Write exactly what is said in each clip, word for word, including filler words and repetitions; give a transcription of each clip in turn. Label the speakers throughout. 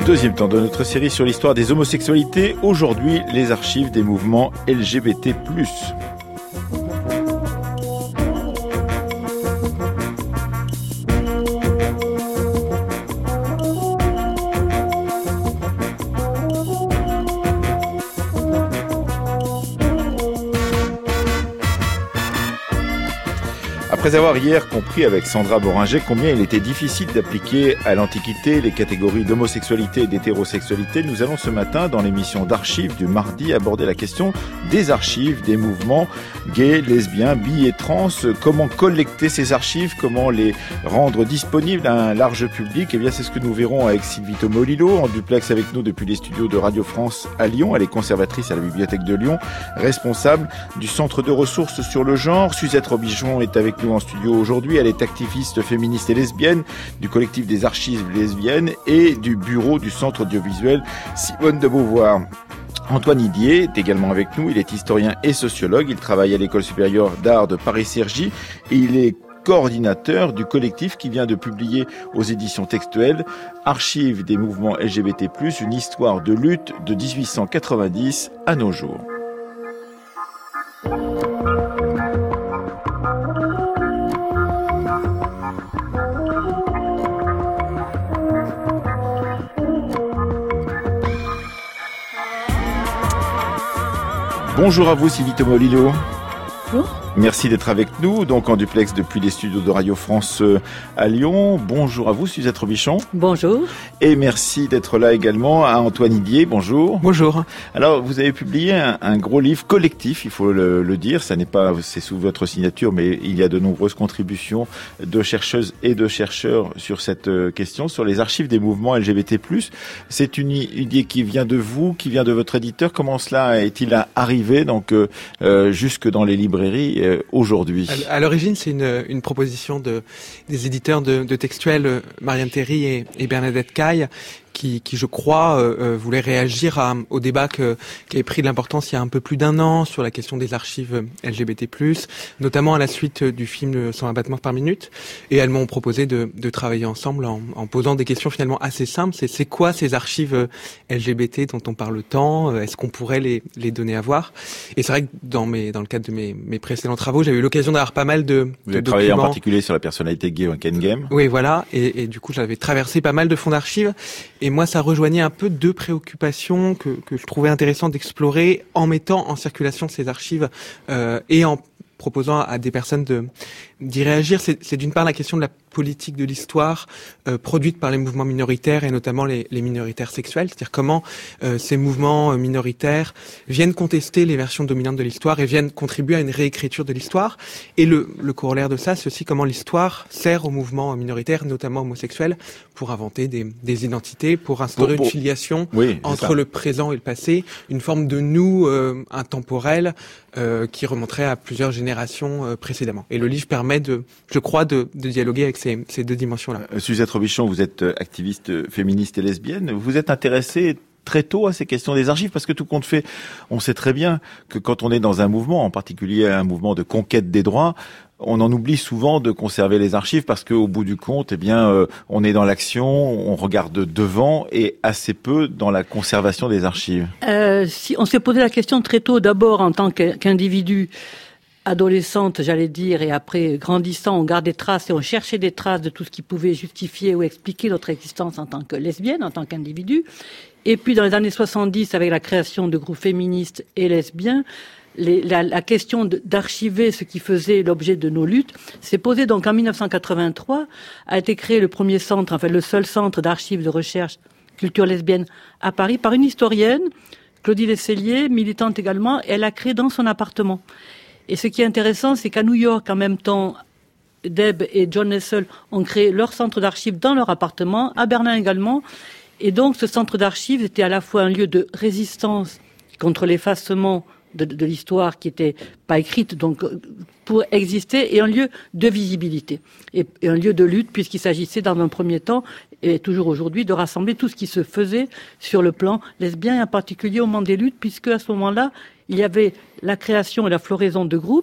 Speaker 1: Deuxième temps de notre série sur l'histoire des homosexualités. Aujourd'hui, les archives des mouvements L G B T plus. Après avoir hier compris avec Sandra Boringer combien il était difficile d'appliquer à l'Antiquité les catégories d'homosexualité et d'hétérosexualité, nous allons ce matin, dans l'émission d'archives du mardi, aborder la question des archives des mouvements gays, lesbiens, bi et trans. Comment collecter ces archives, comment les rendre disponibles à un large public? Eh bien, c'est ce que nous verrons avec Sylvie Thomolilo, en duplex avec nous depuis les studios de Radio France à Lyon. Elle est conservatrice à la Bibliothèque de Lyon, responsable du Centre de ressources sur le genre. Suzette Robichon est avec nous en studio aujourd'hui. Elle est activiste féministe et lesbienne du collectif des archives lesbiennes et du bureau du Centre audiovisuel Simone de Beauvoir. Antoine Idier est également avec nous. Il est historien et sociologue. Il travaille à l'École supérieure d'art de Paris-Cergy et il est coordinateur du collectif qui vient de publier aux éditions textuelles Archives des mouvements L G B T plus, une histoire de lutte de dix-huit cent quatre-vingt-dix à nos jours. Bonjour à vous Sylvie Thomolilo.
Speaker 2: Bonjour.
Speaker 1: Merci d'être avec nous, donc en duplex depuis les studios de Radio France à Lyon. Bonjour à vous Suzette Robichon.
Speaker 2: Bonjour.
Speaker 1: Et merci d'être là également à Antoine Idier. Bonjour.
Speaker 3: Bonjour.
Speaker 1: Alors vous avez publié un, un gros livre collectif, il faut le, le dire. Ça n'est pas, c'est sous votre signature, mais il y a de nombreuses contributions de chercheuses et de chercheurs sur cette question, sur les archives des mouvements L G B T plus. C'est une idée qui vient de vous, qui vient de votre éditeur. Comment cela est-il arrivé donc euh, jusque dans les librairies euh, aujourd'hui?
Speaker 3: À l'origine, c'est une, une proposition de, des éditeurs de, de textuels Marianne Théry et, et Bernadette Caille, qui, qui je crois, euh, voulaient réagir à, au débat que, qui avait pris de l'importance il y a un peu plus d'un an sur la question des archives L G B T plus, notamment à la suite du film cent abattements par minute. Et elles m'ont proposé de, de travailler ensemble en, en posant des questions finalement assez simples. C'est, c'est quoi ces archives L G B T dont on parle tant? Est-ce qu'on pourrait les, les donner à voir? Et c'est vrai que dans, mes, dans le cadre de mes, mes précédents travaux, j'ai eu l'occasion d'avoir pas mal de,
Speaker 1: Vous
Speaker 3: de
Speaker 1: avez travaillé
Speaker 3: documents.
Speaker 1: En particulier sur la personnalité gay au Ken Game.
Speaker 3: Oui, voilà. Et, et du coup, j'avais traversé pas mal de fonds d'archives. Et moi, ça rejoignait un peu deux préoccupations que, que je trouvais intéressant d'explorer en mettant en circulation ces archives euh, et en proposant à des personnes de, d'y réagir. C'est, c'est d'une part la question de la politique de l'histoire euh, produite par les mouvements minoritaires et notamment les, les minoritaires sexuels, c'est-à-dire comment euh, ces mouvements euh, minoritaires viennent contester les versions dominantes de l'histoire et viennent contribuer à une réécriture de l'histoire. Et le, le corollaire de ça, c'est aussi comment l'histoire sert aux mouvements minoritaires, notamment homosexuels, pour inventer des, des identités, pour instaurer
Speaker 1: pour, pour...
Speaker 3: une filiation
Speaker 1: oui,
Speaker 3: entre le présent et le passé, une forme de nous euh, intemporel euh, qui remonterait à plusieurs générations euh, précédemment. Et le livre permet de, je crois, de, de dialoguer avec ces, ces deux dimensions-là.
Speaker 1: Euh, Suzette Robichon, vous êtes activiste féministe et lesbienne. Vous êtes intéressée très tôt à ces questions des archives, parce que tout compte fait, on sait très bien que quand on est dans un mouvement, en particulier un mouvement de conquête des droits, on en oublie souvent de conserver les archives parce qu'au bout du compte, eh bien, euh, on est dans l'action, on regarde devant et assez peu dans la conservation des archives.
Speaker 2: Euh, si on s'est posé la question très tôt, d'abord en tant qu'individu, adolescente, j'allais dire, et après grandissant, on garde des traces et on cherchait des traces de tout ce qui pouvait justifier ou expliquer notre existence en tant que lesbienne, en tant qu'individu. Et puis dans les années soixante-dix, avec la création de groupes féministes et lesbiens, les, la, la question de, d'archiver ce qui faisait l'objet de nos luttes s'est posée. Donc en dix-neuf cent quatre-vingt-trois a été créé le premier centre, enfin le seul centre d'archives de recherche culture lesbienne à Paris par une historienne, Claudie Lescellier, militante également. Elle a créé dans son appartement. Et ce qui est intéressant, c'est qu'à New York, en même temps, Deb et John Nessel ont créé leur centre d'archives dans leur appartement, à Berlin également. Et donc, ce centre d'archives était à la fois un lieu de résistance contre l'effacement de, de, de l'histoire qui n'était pas écrite, donc pour exister, et un lieu de visibilité. Et, et un lieu de lutte, puisqu'il s'agissait dans un premier temps, et toujours aujourd'hui, de rassembler tout ce qui se faisait sur le plan lesbien, et en particulier au moment des luttes, puisque à ce moment-là, il y avait la création et la floraison de groupes,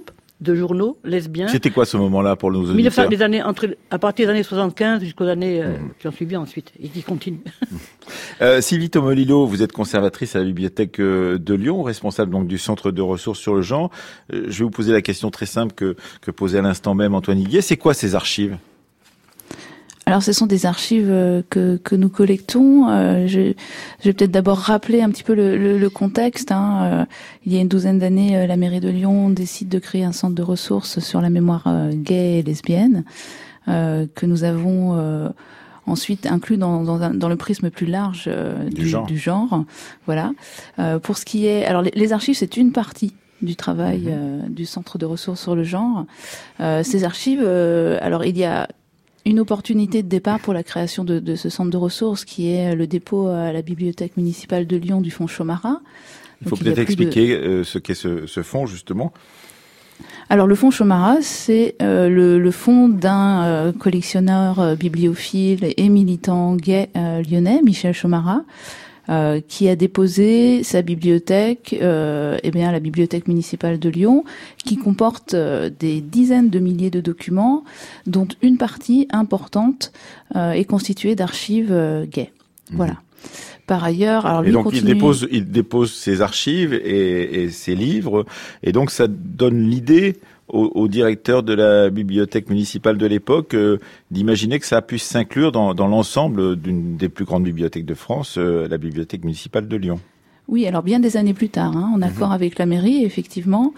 Speaker 2: de journaux lesbiens.
Speaker 1: C'était quoi ce moment-là pour nos auditeurs?
Speaker 2: Les années, entre, à partir des années soixante-quinze jusqu'aux années euh, mmh. qui ont suivi ensuite, et qui continuent.
Speaker 1: euh, Sylvie Tomolillo, vous êtes conservatrice à la Bibliothèque de Lyon, responsable donc du Centre de ressources sur le genre. Euh, je vais vous poser la question très simple que, que posait à l'instant même Antoine Higuier. C'est quoi ces archives?
Speaker 4: Alors, ce sont des archives que, que nous collectons. Euh, je, je vais peut-être d'abord rappeler un petit peu le, le, le contexte. Hein. Euh, il y a une douzaine d'années, la mairie de Lyon décide de créer un centre de ressources sur la mémoire euh, gay et lesbienne, euh, que nous avons euh, ensuite inclus dans, dans, dans le prisme plus large euh, du, du, genre. du genre. Voilà. Euh, pour ce qui est, alors les, les archives, c'est une partie du travail euh, du Centre de ressources sur le genre. Euh, ces archives, euh, alors il y a une opportunité de départ pour la création de, de ce centre de ressources qui est le dépôt à la bibliothèque municipale de Lyon du fonds Chomara.
Speaker 1: Il faut peut-être expliquer de... ce qu'est ce, ce fonds, justement.
Speaker 4: Alors, le fonds Chomara, c'est euh, le, le fonds d'un euh, collectionneur euh, bibliophile et militant gay euh, lyonnais, Michel Chomara, Euh, qui a déposé sa bibliothèque euh, eh bien, à la bibliothèque municipale de Lyon, qui comporte euh, des dizaines de milliers de documents, dont une partie importante euh, est constituée d'archives euh, gays. Mmh. Voilà. Par ailleurs, alors lui
Speaker 1: et donc
Speaker 4: continue...
Speaker 1: il dépose, il dépose ses archives et, et ses livres, et donc ça donne l'idée au, au directeur de la bibliothèque municipale de l'époque euh, d'imaginer que ça puisse s'inclure dans, dans l'ensemble d'une des plus grandes bibliothèques de France, euh, la bibliothèque municipale de Lyon.
Speaker 4: Oui, alors bien des années plus tard, hein, en accord mmh. avec la mairie, effectivement,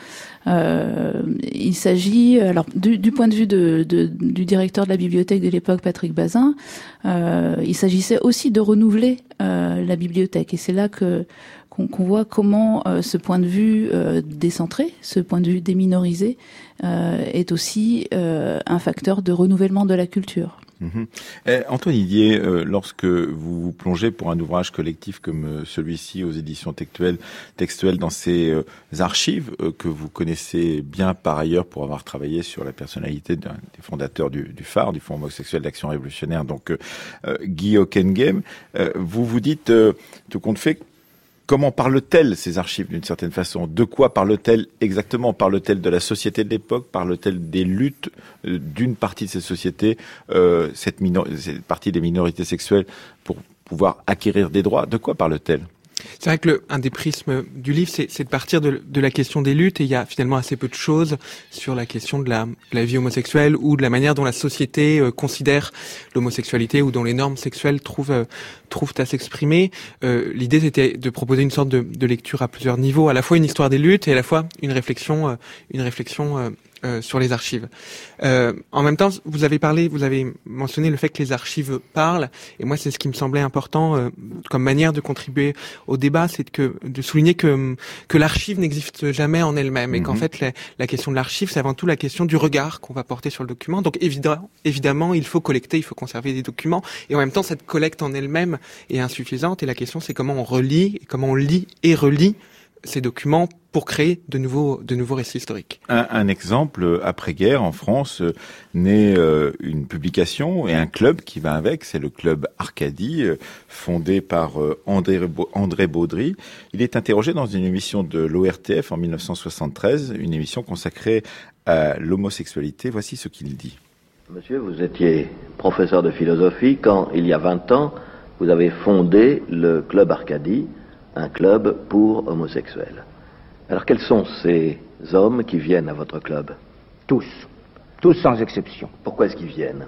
Speaker 4: euh, il s'agit, alors du, du point de vue de, de, du directeur de la bibliothèque de l'époque, Patrick Bazin, euh, il s'agissait aussi de renouveler euh, la bibliothèque, et c'est là que qu'on, qu'on voit comment euh, ce point de vue euh, décentré, ce point de vue déminorisé, euh, est aussi euh, un facteur de renouvellement de la culture.
Speaker 1: Mmh. Eh, Antoine Higuier, euh, lorsque vous vous plongez pour un ouvrage collectif comme euh, celui-ci aux éditions textuelles, textuelles dans ces euh, archives euh, que vous connaissez bien par ailleurs pour avoir travaillé sur la personnalité d'un des fondateurs du, du phare, du Fonds homosexuel d'action révolutionnaire, donc euh, euh, Guy Hockenghem, euh, vous vous dites, euh, tout compte fait, comment parle-t-elle, ces archives, d'une certaine façon? De quoi parle-t-elle exactement? Parle-t-elle de la société de l'époque? Parle-t-elle des luttes euh, d'une partie de ces sociétés, euh, cette, minor- cette partie des minorités sexuelles, pour pouvoir acquérir des droits? De quoi parle-t-elle?
Speaker 3: C'est vrai que le, un des prismes du livre, c'est, c'est de partir de, de la question des luttes, et il y a finalement assez peu de choses sur la question de la, de la vie homosexuelle ou de la manière dont la société euh, considère l'homosexualité ou dont les normes sexuelles trouvent euh, trouvent à s'exprimer. Euh, l'idée, c'était de proposer une sorte de, de lecture à plusieurs niveaux, à la fois une histoire des luttes et à la fois une réflexion, euh, une réflexion euh, Euh, sur les archives. Euh, en même temps, vous avez parlé, vous avez mentionné le fait que les archives parlent, et moi c'est ce qui me semblait important euh, comme manière de contribuer au débat, c'est que de souligner que que l'archive n'existe jamais en elle-même, et mmh. qu'en fait la, la question de l'archive, c'est avant tout la question du regard qu'on va porter sur le document. Donc évidemment, évidemment, il faut collecter, il faut conserver des documents, et en même temps cette collecte en elle-même est insuffisante, et la question c'est comment on relit, et comment on lit et relit ces documents pour créer de nouveaux, de nouveaux récits historiques.
Speaker 1: Un, un exemple, après-guerre, en France, euh, naît euh, une publication et un club qui va avec, c'est le club Arcadie, euh, fondé par euh, André, André Baudry. Il est interrogé dans une émission de l'O R T F en dix-neuf cent soixante-treize, une émission consacrée à l'homosexualité. Voici ce qu'il dit.
Speaker 5: Monsieur, vous étiez professeur de philosophie quand, il y a vingt ans, vous avez fondé le club Arcadie, un club pour homosexuels. Alors quels sont ces hommes qui viennent à votre club?
Speaker 6: Tous. Tous sans exception.
Speaker 5: Pourquoi est-ce qu'ils viennent?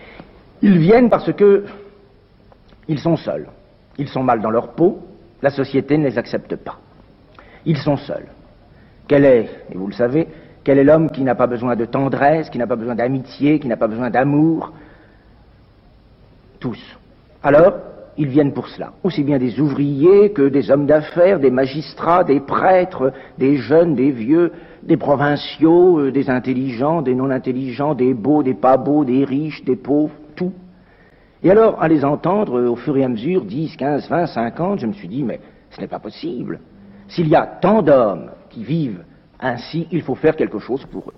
Speaker 6: Ils viennent parce que ils sont seuls. Ils sont mal dans leur peau, la société ne les accepte pas. Ils sont seuls. Quel est, et vous le savez, quel est l'homme qui n'a pas besoin de tendresse, qui n'a pas besoin d'amitié, qui n'a pas besoin d'amour? Tous. Alors, ils viennent pour cela. Aussi bien des ouvriers que des hommes d'affaires, des magistrats, des prêtres, des jeunes, des vieux, des provinciaux, euh, des intelligents, des non-intelligents, des beaux, des pas beaux, des riches, des pauvres, tout. Et alors, à les entendre, euh, au fur et à mesure, dix, quinze, vingt, cinquante, je me suis dit, mais ce n'est pas possible. S'il y a tant d'hommes qui vivent ainsi, il faut faire quelque chose pour eux.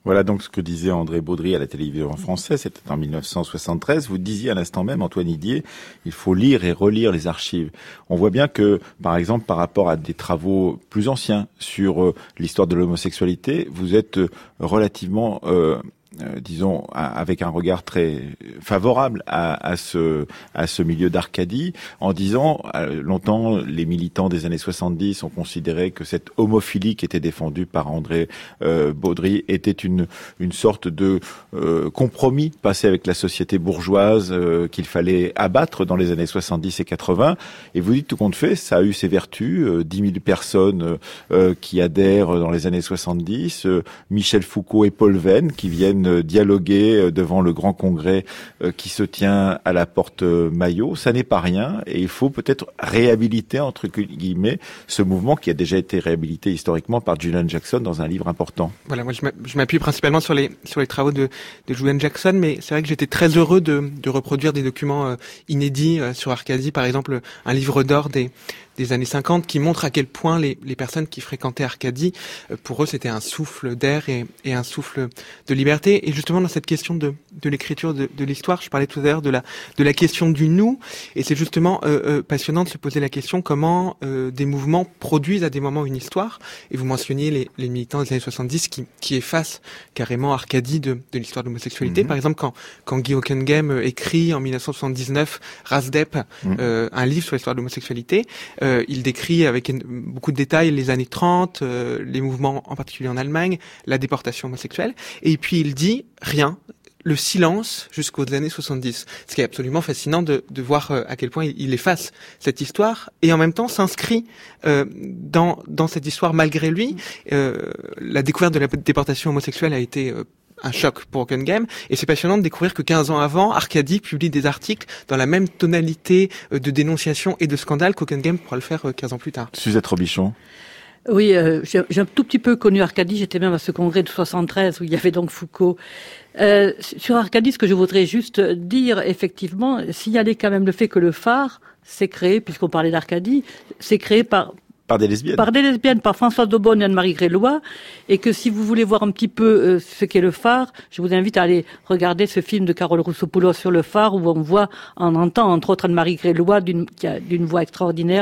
Speaker 1: Voilà donc ce que disait André Baudry à la télévision française, c'était en mille neuf cent soixante-treize. Vous disiez à l'instant même, Antoine Didier, il faut lire et relire les archives. On voit bien que, par exemple, par rapport à des travaux plus anciens sur euh, l'histoire de l'homosexualité, vous êtes euh, relativement... Euh, Euh, disons, à, avec un regard très favorable à, à ce à ce milieu d'Arcadie, en disant euh, longtemps les militants des années soixante-dix ont considéré que cette homophilie qui était défendue par André euh, Baudry était une une sorte de euh, compromis passé avec la société bourgeoise euh, qu'il fallait abattre dans les années soixante-dix et quatre-vingts. Et vous dites tout compte fait, ça a eu ses vertus. Euh, dix mille personnes euh, qui adhèrent dans les années soixante-dix, euh, Michel Foucault et Paul Venn qui viennent dialoguer devant le grand congrès qui se tient à la porte Maillot. Ça n'est pas rien et il faut peut-être réhabiliter, entre guillemets, ce mouvement qui a déjà été réhabilité historiquement par Julian Jackson dans un livre important.
Speaker 3: Voilà, moi je m'appuie principalement sur les sur les travaux de, de Julian Jackson, mais c'est vrai que j'étais très heureux de, de reproduire des documents euh, inédits euh, sur Arcadie, par exemple un livre d'or des des années cinquante qui montre à quel point les, les personnes qui fréquentaient Arcadie, euh, pour eux c'était un souffle d'air et, et un souffle de liberté. Et justement dans cette question de, de l'écriture de, de l'histoire, je parlais tout à l'heure de la de la question du nous, et c'est justement euh, euh, passionnant de se poser la question comment euh, des mouvements produisent à des moments une histoire. Et vous mentionniez les, les militants des années soixante-dix qui, qui effacent carrément Arcadie de, de l'histoire de l'homosexualité. Mm-hmm. Par exemple, quand, quand Guy Hockenheim écrit en mille neuf cent soixante-dix-neuf Rasdep, mm-hmm. euh, un livre sur l'histoire de l'homosexualité, euh, il décrit avec beaucoup de détails les années trente, euh, les mouvements en particulier en Allemagne, la déportation homosexuelle, et puis il dit rien, le silence jusqu'aux années soixante-dix. Ce qui est absolument fascinant de, de voir euh, à quel point il, il efface cette histoire et en même temps s'inscrit euh, dans, dans cette histoire malgré lui. Euh, la découverte de la déportation homosexuelle a été euh, un choc pour Hockenheim, et c'est passionnant de découvrir que quinze ans avant, Arcadie publie des articles dans la même tonalité euh, de dénonciation et de scandale qu'Hockenheim pourra le faire euh, quinze ans plus tard.
Speaker 1: Suzette Robichon.
Speaker 2: Oui, euh, j'ai, j'ai un tout petit peu connu Arcadie, j'étais même à ce congrès de soixante-treize où il y avait donc Foucault. Euh, sur Arcadie, ce que je voudrais juste dire, effectivement, signaler quand même le fait que le phare s'est créé, puisqu'on parlait d'Arcadie, s'est créé par...
Speaker 1: Par des lesbiennes.
Speaker 2: Par des lesbiennes, par Françoise Daubonne et Anne-Marie Grélois, et que si vous voulez voir un petit peu euh, ce qu'est le phare, je vous invite à aller regarder ce film de Carole Roussopoulos sur le phare, où on voit, on entend entre autres Anne-Marie Grélois, d'une, qui a d'une voix extraordinaire,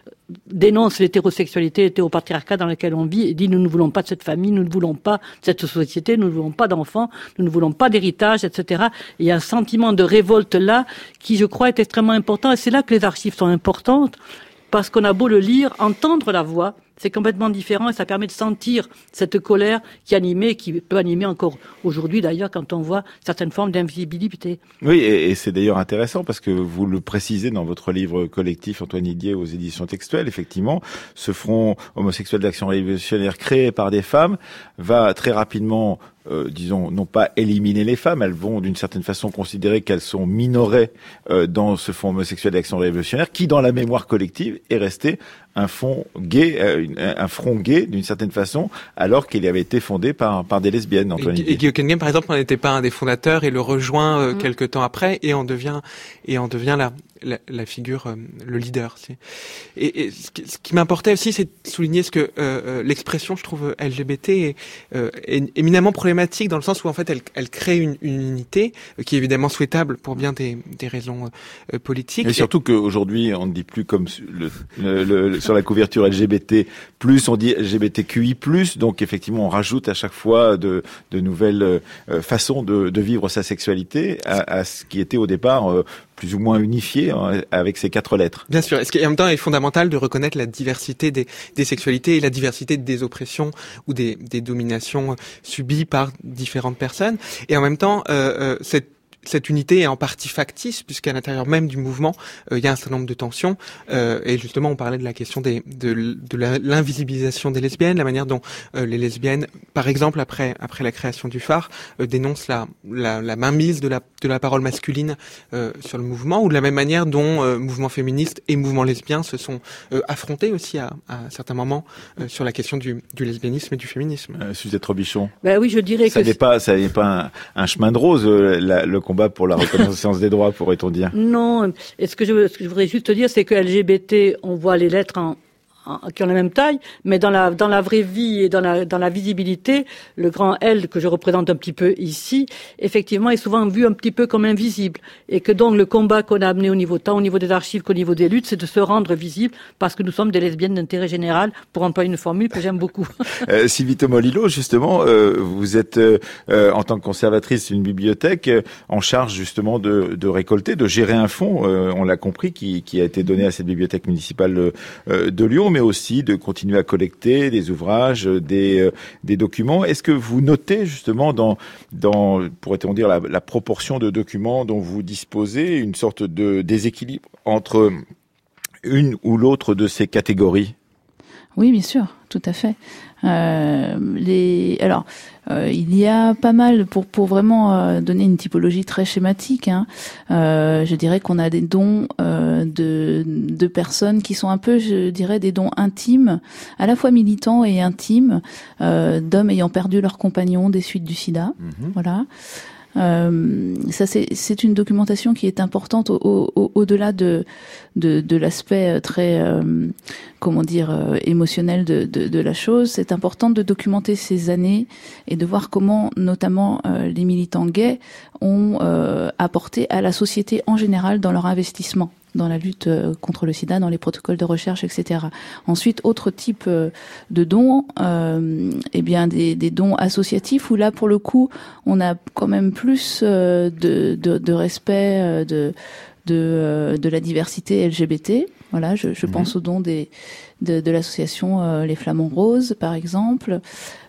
Speaker 2: dénonce l'hétérosexualité, l'hétéropatriarcat dans lequel on vit, et dit nous ne voulons pas de cette famille, nous ne voulons pas de cette société, nous ne voulons pas d'enfants, nous ne voulons pas d'héritage, et cetera. Et il y a un sentiment de révolte là, qui je crois est extrêmement important, et c'est là que les archives sont importantes, parce qu'on a beau le lire, entendre la voix, c'est complètement différent et ça permet de sentir cette colère qui animait, qui peut animer encore aujourd'hui d'ailleurs quand on voit certaines formes d'invisibilité.
Speaker 1: Oui, et, et c'est d'ailleurs intéressant parce que vous le précisez dans votre livre collectif Antoine Didier aux éditions textuelles, effectivement, ce front homosexuel d'action révolutionnaire créé par des femmes va très rapidement Euh, disons, non pas éliminer les femmes, elles vont d'une certaine façon considérer qu'elles sont minorées euh, dans ce front homosexuel d'action révolutionnaire, qui dans la mémoire collective est resté un front gay, euh, un front gay d'une certaine façon, alors qu'il avait été fondé par par des lesbiennes. Antoine
Speaker 3: et, et Guy Hockenheim, par exemple, n'était pas un des fondateurs et le rejoint euh,
Speaker 2: mmh.
Speaker 3: quelques temps après et en devient et en devient la la, la figure, euh, le leader. C'est. Et, et ce qui, ce qui m'importait aussi, c'est de souligner ce que euh, l'expression, je trouve, L G B T est, euh, est éminemment problématique dans le sens où en fait, elle, elle crée une, une unité euh, qui est évidemment souhaitable pour bien des, des raisons euh, politiques.
Speaker 1: Et surtout qu'aujourd'hui, on ne dit plus comme le, le, le, sur la couverture L G B T plus, on dit L G B T Q I plus. Donc effectivement, on rajoute à chaque fois de, de nouvelles euh, façons de, de vivre sa sexualité à, à ce qui était au départ euh, plus ou moins unifié hein, avec ces quatre lettres.
Speaker 3: Bien sûr. Et ce qui en même temps est fondamental de reconnaître la diversité des, des sexualités et la diversité des oppressions ou des, des dominations subies par différentes personnes. Et en même temps, euh, euh, cette Cette unité est en partie factice, puisqu'à l'intérieur même du mouvement, euh, il y a un certain nombre de tensions. Euh, et justement, on parlait de la question des, de, de la, l'invisibilisation des lesbiennes, la manière dont euh, les lesbiennes, par exemple, après après la création du phare, euh, dénoncent la, la, la mainmise de la, de la parole masculine euh, sur le mouvement, ou de la même manière dont euh, mouvement féministe et mouvement lesbien se sont euh, affrontés aussi à, à certains moments euh, sur la question du, du lesbianisme et du féminisme.
Speaker 1: Euh, Suzette Robichon.
Speaker 2: Ben oui, je dirais
Speaker 1: ça
Speaker 2: que
Speaker 1: n'est pas ça n'est pas un, un chemin de rose euh, la, le combat pour la reconnaissance des droits, pourrait-on dire.
Speaker 2: Non, et ce que je, ce que je voudrais juste dire, c'est que L G B T, on voit les lettres en, qui ont la même taille, mais dans la dans la vraie vie et dans la dans la visibilité, le grand L que je représente un petit peu ici, effectivement, est souvent vu un petit peu comme invisible, et que donc le combat qu'on a amené au niveau tant au niveau des archives qu'au niveau des luttes, c'est de se rendre visible, parce que nous sommes des lesbiennes d'intérêt général, pour employer une formule que j'aime beaucoup.
Speaker 1: euh, Sylvie Tomolilo, justement, euh, vous êtes euh, en tant que conservatrice d'une bibliothèque euh, en charge justement de, de récolter, de gérer un fonds, euh, on l'a compris, qui, qui a été donné à cette bibliothèque municipale euh, de Lyon, mais aussi de continuer à collecter des ouvrages, des, euh, des documents. Est-ce que vous notez justement dans, dans pourrait-on dire, la, la proportion de documents dont vous disposez, une sorte de déséquilibre entre une ou l'autre de ces catégories ?
Speaker 4: Oui, bien sûr, tout à fait. Euh, les, alors, euh, il y a pas mal pour pour vraiment euh, donner une typologie très schématique. Hein, euh, je dirais qu'on a des dons euh, de de personnes qui sont un peu, je dirais, des dons intimes, à la fois militants et intimes, euh, d'hommes ayant perdu leur compagnon des suites du SIDA. Mmh. Voilà. Euh, ça c'est, c'est une documentation qui est importante au, au, au-delà de, de, de l'aspect très, euh, comment dire, euh, émotionnel de, de, de la chose. C'est important de documenter ces années et de voir comment, notamment, euh, les militants gays ont euh, apporté à la société en général dans leur investissement dans la lutte contre le sida, dans les protocoles de recherche, et cetera. Ensuite, autre type de dons, euh, eh bien des, des dons associatifs où là, pour le coup, on a quand même plus de, de, de respect de, de, de la diversité L G B T. Voilà, je, je mmh. pense aux dons des, de, de l'association euh, Les Flamants Roses, par exemple.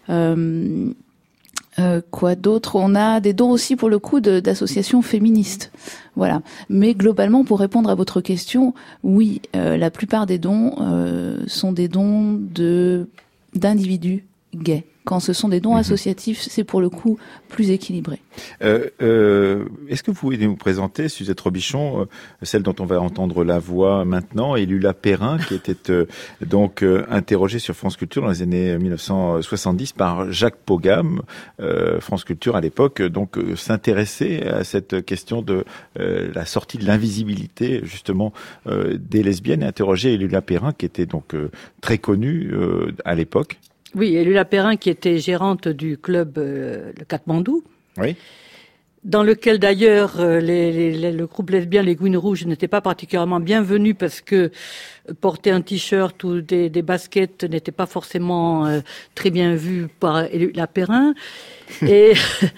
Speaker 4: Euh, Euh, quoi d'autre ? On a des dons aussi pour le coup de, d'associations féministes, voilà. Mais globalement, pour répondre à votre question, oui, euh, la plupart des dons euh, sont des dons de d'individus gays. Quand ce sont des dons mmh. associatifs, c'est pour le coup plus équilibré.
Speaker 1: Euh, euh, est-ce que vous pouvez nous présenter, Suzette Robichon, euh, celle dont on va entendre la voix maintenant, et Lula Perrin, qui était euh, donc euh, interrogée sur France Culture dans les années mille neuf cent soixante-dix par Jacques Pogam. Euh, France Culture, à l'époque, donc euh, s'intéressait à cette question de euh, la sortie de l'invisibilité, justement, euh, des lesbiennes, et interrogeait Lula Perrin, qui était donc euh, très connue euh, à l'époque.
Speaker 2: Oui, et Lula Perrin, qui était gérante du club euh, le Katmandou,
Speaker 1: oui.
Speaker 2: dans lequel d'ailleurs euh, les, les, le groupe lesbien Les Gouines Rouges n'était pas particulièrement bienvenu parce que porter un t-shirt ou des, des baskets n'était pas forcément euh, très bien vu par Lula Perrin. et,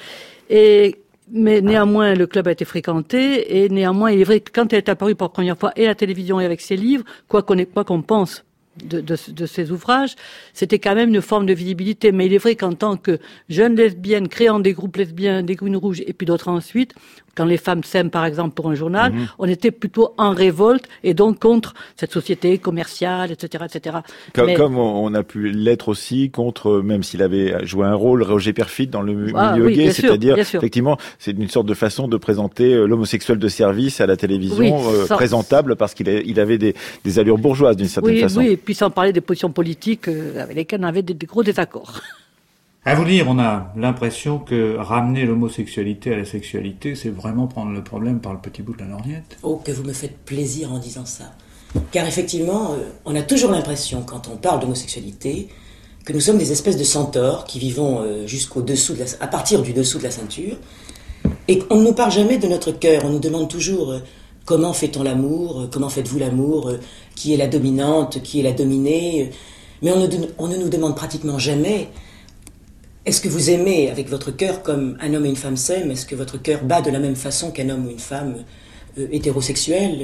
Speaker 2: et mais néanmoins, le club a été fréquenté, et néanmoins, il est vrai que quand elle est apparue pour la première fois et à la télévision et avec ses livres, quoi qu'on ait, quoi qu'on pense De, de, de ces ouvrages, c'était quand même une forme de visibilité. Mais il est vrai qu'en tant que jeune lesbienne, créant des groupes lesbiens, des Gouines Rouges et puis d'autres ensuite, quand les femmes s'aiment par exemple pour un journal, mmh. on était plutôt en révolte et donc contre cette société commerciale, et cetera, et cetera.
Speaker 1: Comme,
Speaker 2: Mais,
Speaker 1: comme on a pu l'être aussi contre, même s'il avait joué un rôle, Roger Perfit dans le
Speaker 2: ah,
Speaker 1: milieu
Speaker 2: oui,
Speaker 1: gay, c'est-à-dire
Speaker 2: sûr,
Speaker 1: effectivement, c'est une sorte de façon de présenter l'homosexuel de service à la télévision,
Speaker 2: oui,
Speaker 1: euh,
Speaker 2: sans...
Speaker 1: présentable parce qu'il a, il avait des, des allures bourgeoises d'une certaine
Speaker 2: oui,
Speaker 1: façon.
Speaker 2: Oui, et puis sans parler des positions politiques euh, avec lesquelles on avait des, des gros désaccords.
Speaker 7: À vous dire, on a l'impression que ramener l'homosexualité à la sexualité, c'est vraiment prendre le problème par le petit bout de la lorgnette.
Speaker 8: Oh, que vous me faites plaisir en disant ça. Car effectivement, euh, on a toujours l'impression, quand on parle d'homosexualité, que nous sommes des espèces de centaures qui vivons euh, jusqu'au dessous de la, à partir du dessous de la ceinture, et on ne nous parle jamais de notre cœur. On nous demande toujours euh, comment fait-on l'amour, euh, comment faites-vous l'amour, euh, qui est la dominante, qui est la dominée, euh, mais on ne, on ne nous demande pratiquement jamais. Est-ce que vous aimez avec votre cœur comme un homme et une femme s'aiment ? Est-ce que votre cœur bat de la même façon qu'un homme ou une femme euh, hétérosexuel ?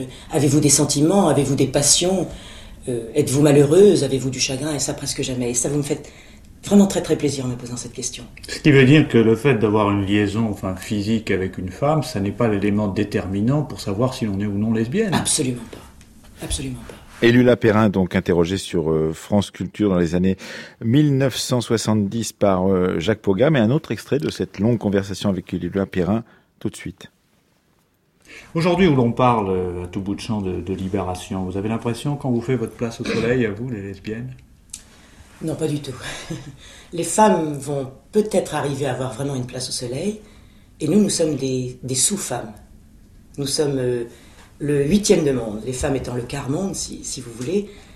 Speaker 8: Avez-vous des sentiments ? Avez-vous des passions ? euh, Êtes-vous malheureuse ? Avez-vous du chagrin ? Et ça, presque jamais. Et ça, vous me faites vraiment très très plaisir en me posant cette question.
Speaker 7: Ce qui veut dire que le fait d'avoir une liaison enfin, physique avec une femme, ça n'est pas l'élément déterminant pour savoir si l'on est ou non lesbienne.
Speaker 8: Absolument pas. Absolument pas.
Speaker 1: Et Lula Perrin, donc interrogé sur euh, France Culture dans les années mille neuf cent soixante-dix par euh, Jacques Pogam, et un autre extrait de cette longue conversation avec Lula Perrin, tout de suite.
Speaker 7: Aujourd'hui où l'on parle euh, à tout bout de champ de, de libération, vous avez l'impression quand vous faites votre place au soleil, à vous, les lesbiennes ?
Speaker 8: Non, pas du tout. Les femmes vont peut-être arriver à avoir vraiment une place au soleil, et nous, nous sommes des, des sous-femmes. Nous sommes... Euh, le huitième de monde, les femmes étant le quart monde, si, si vous voulez,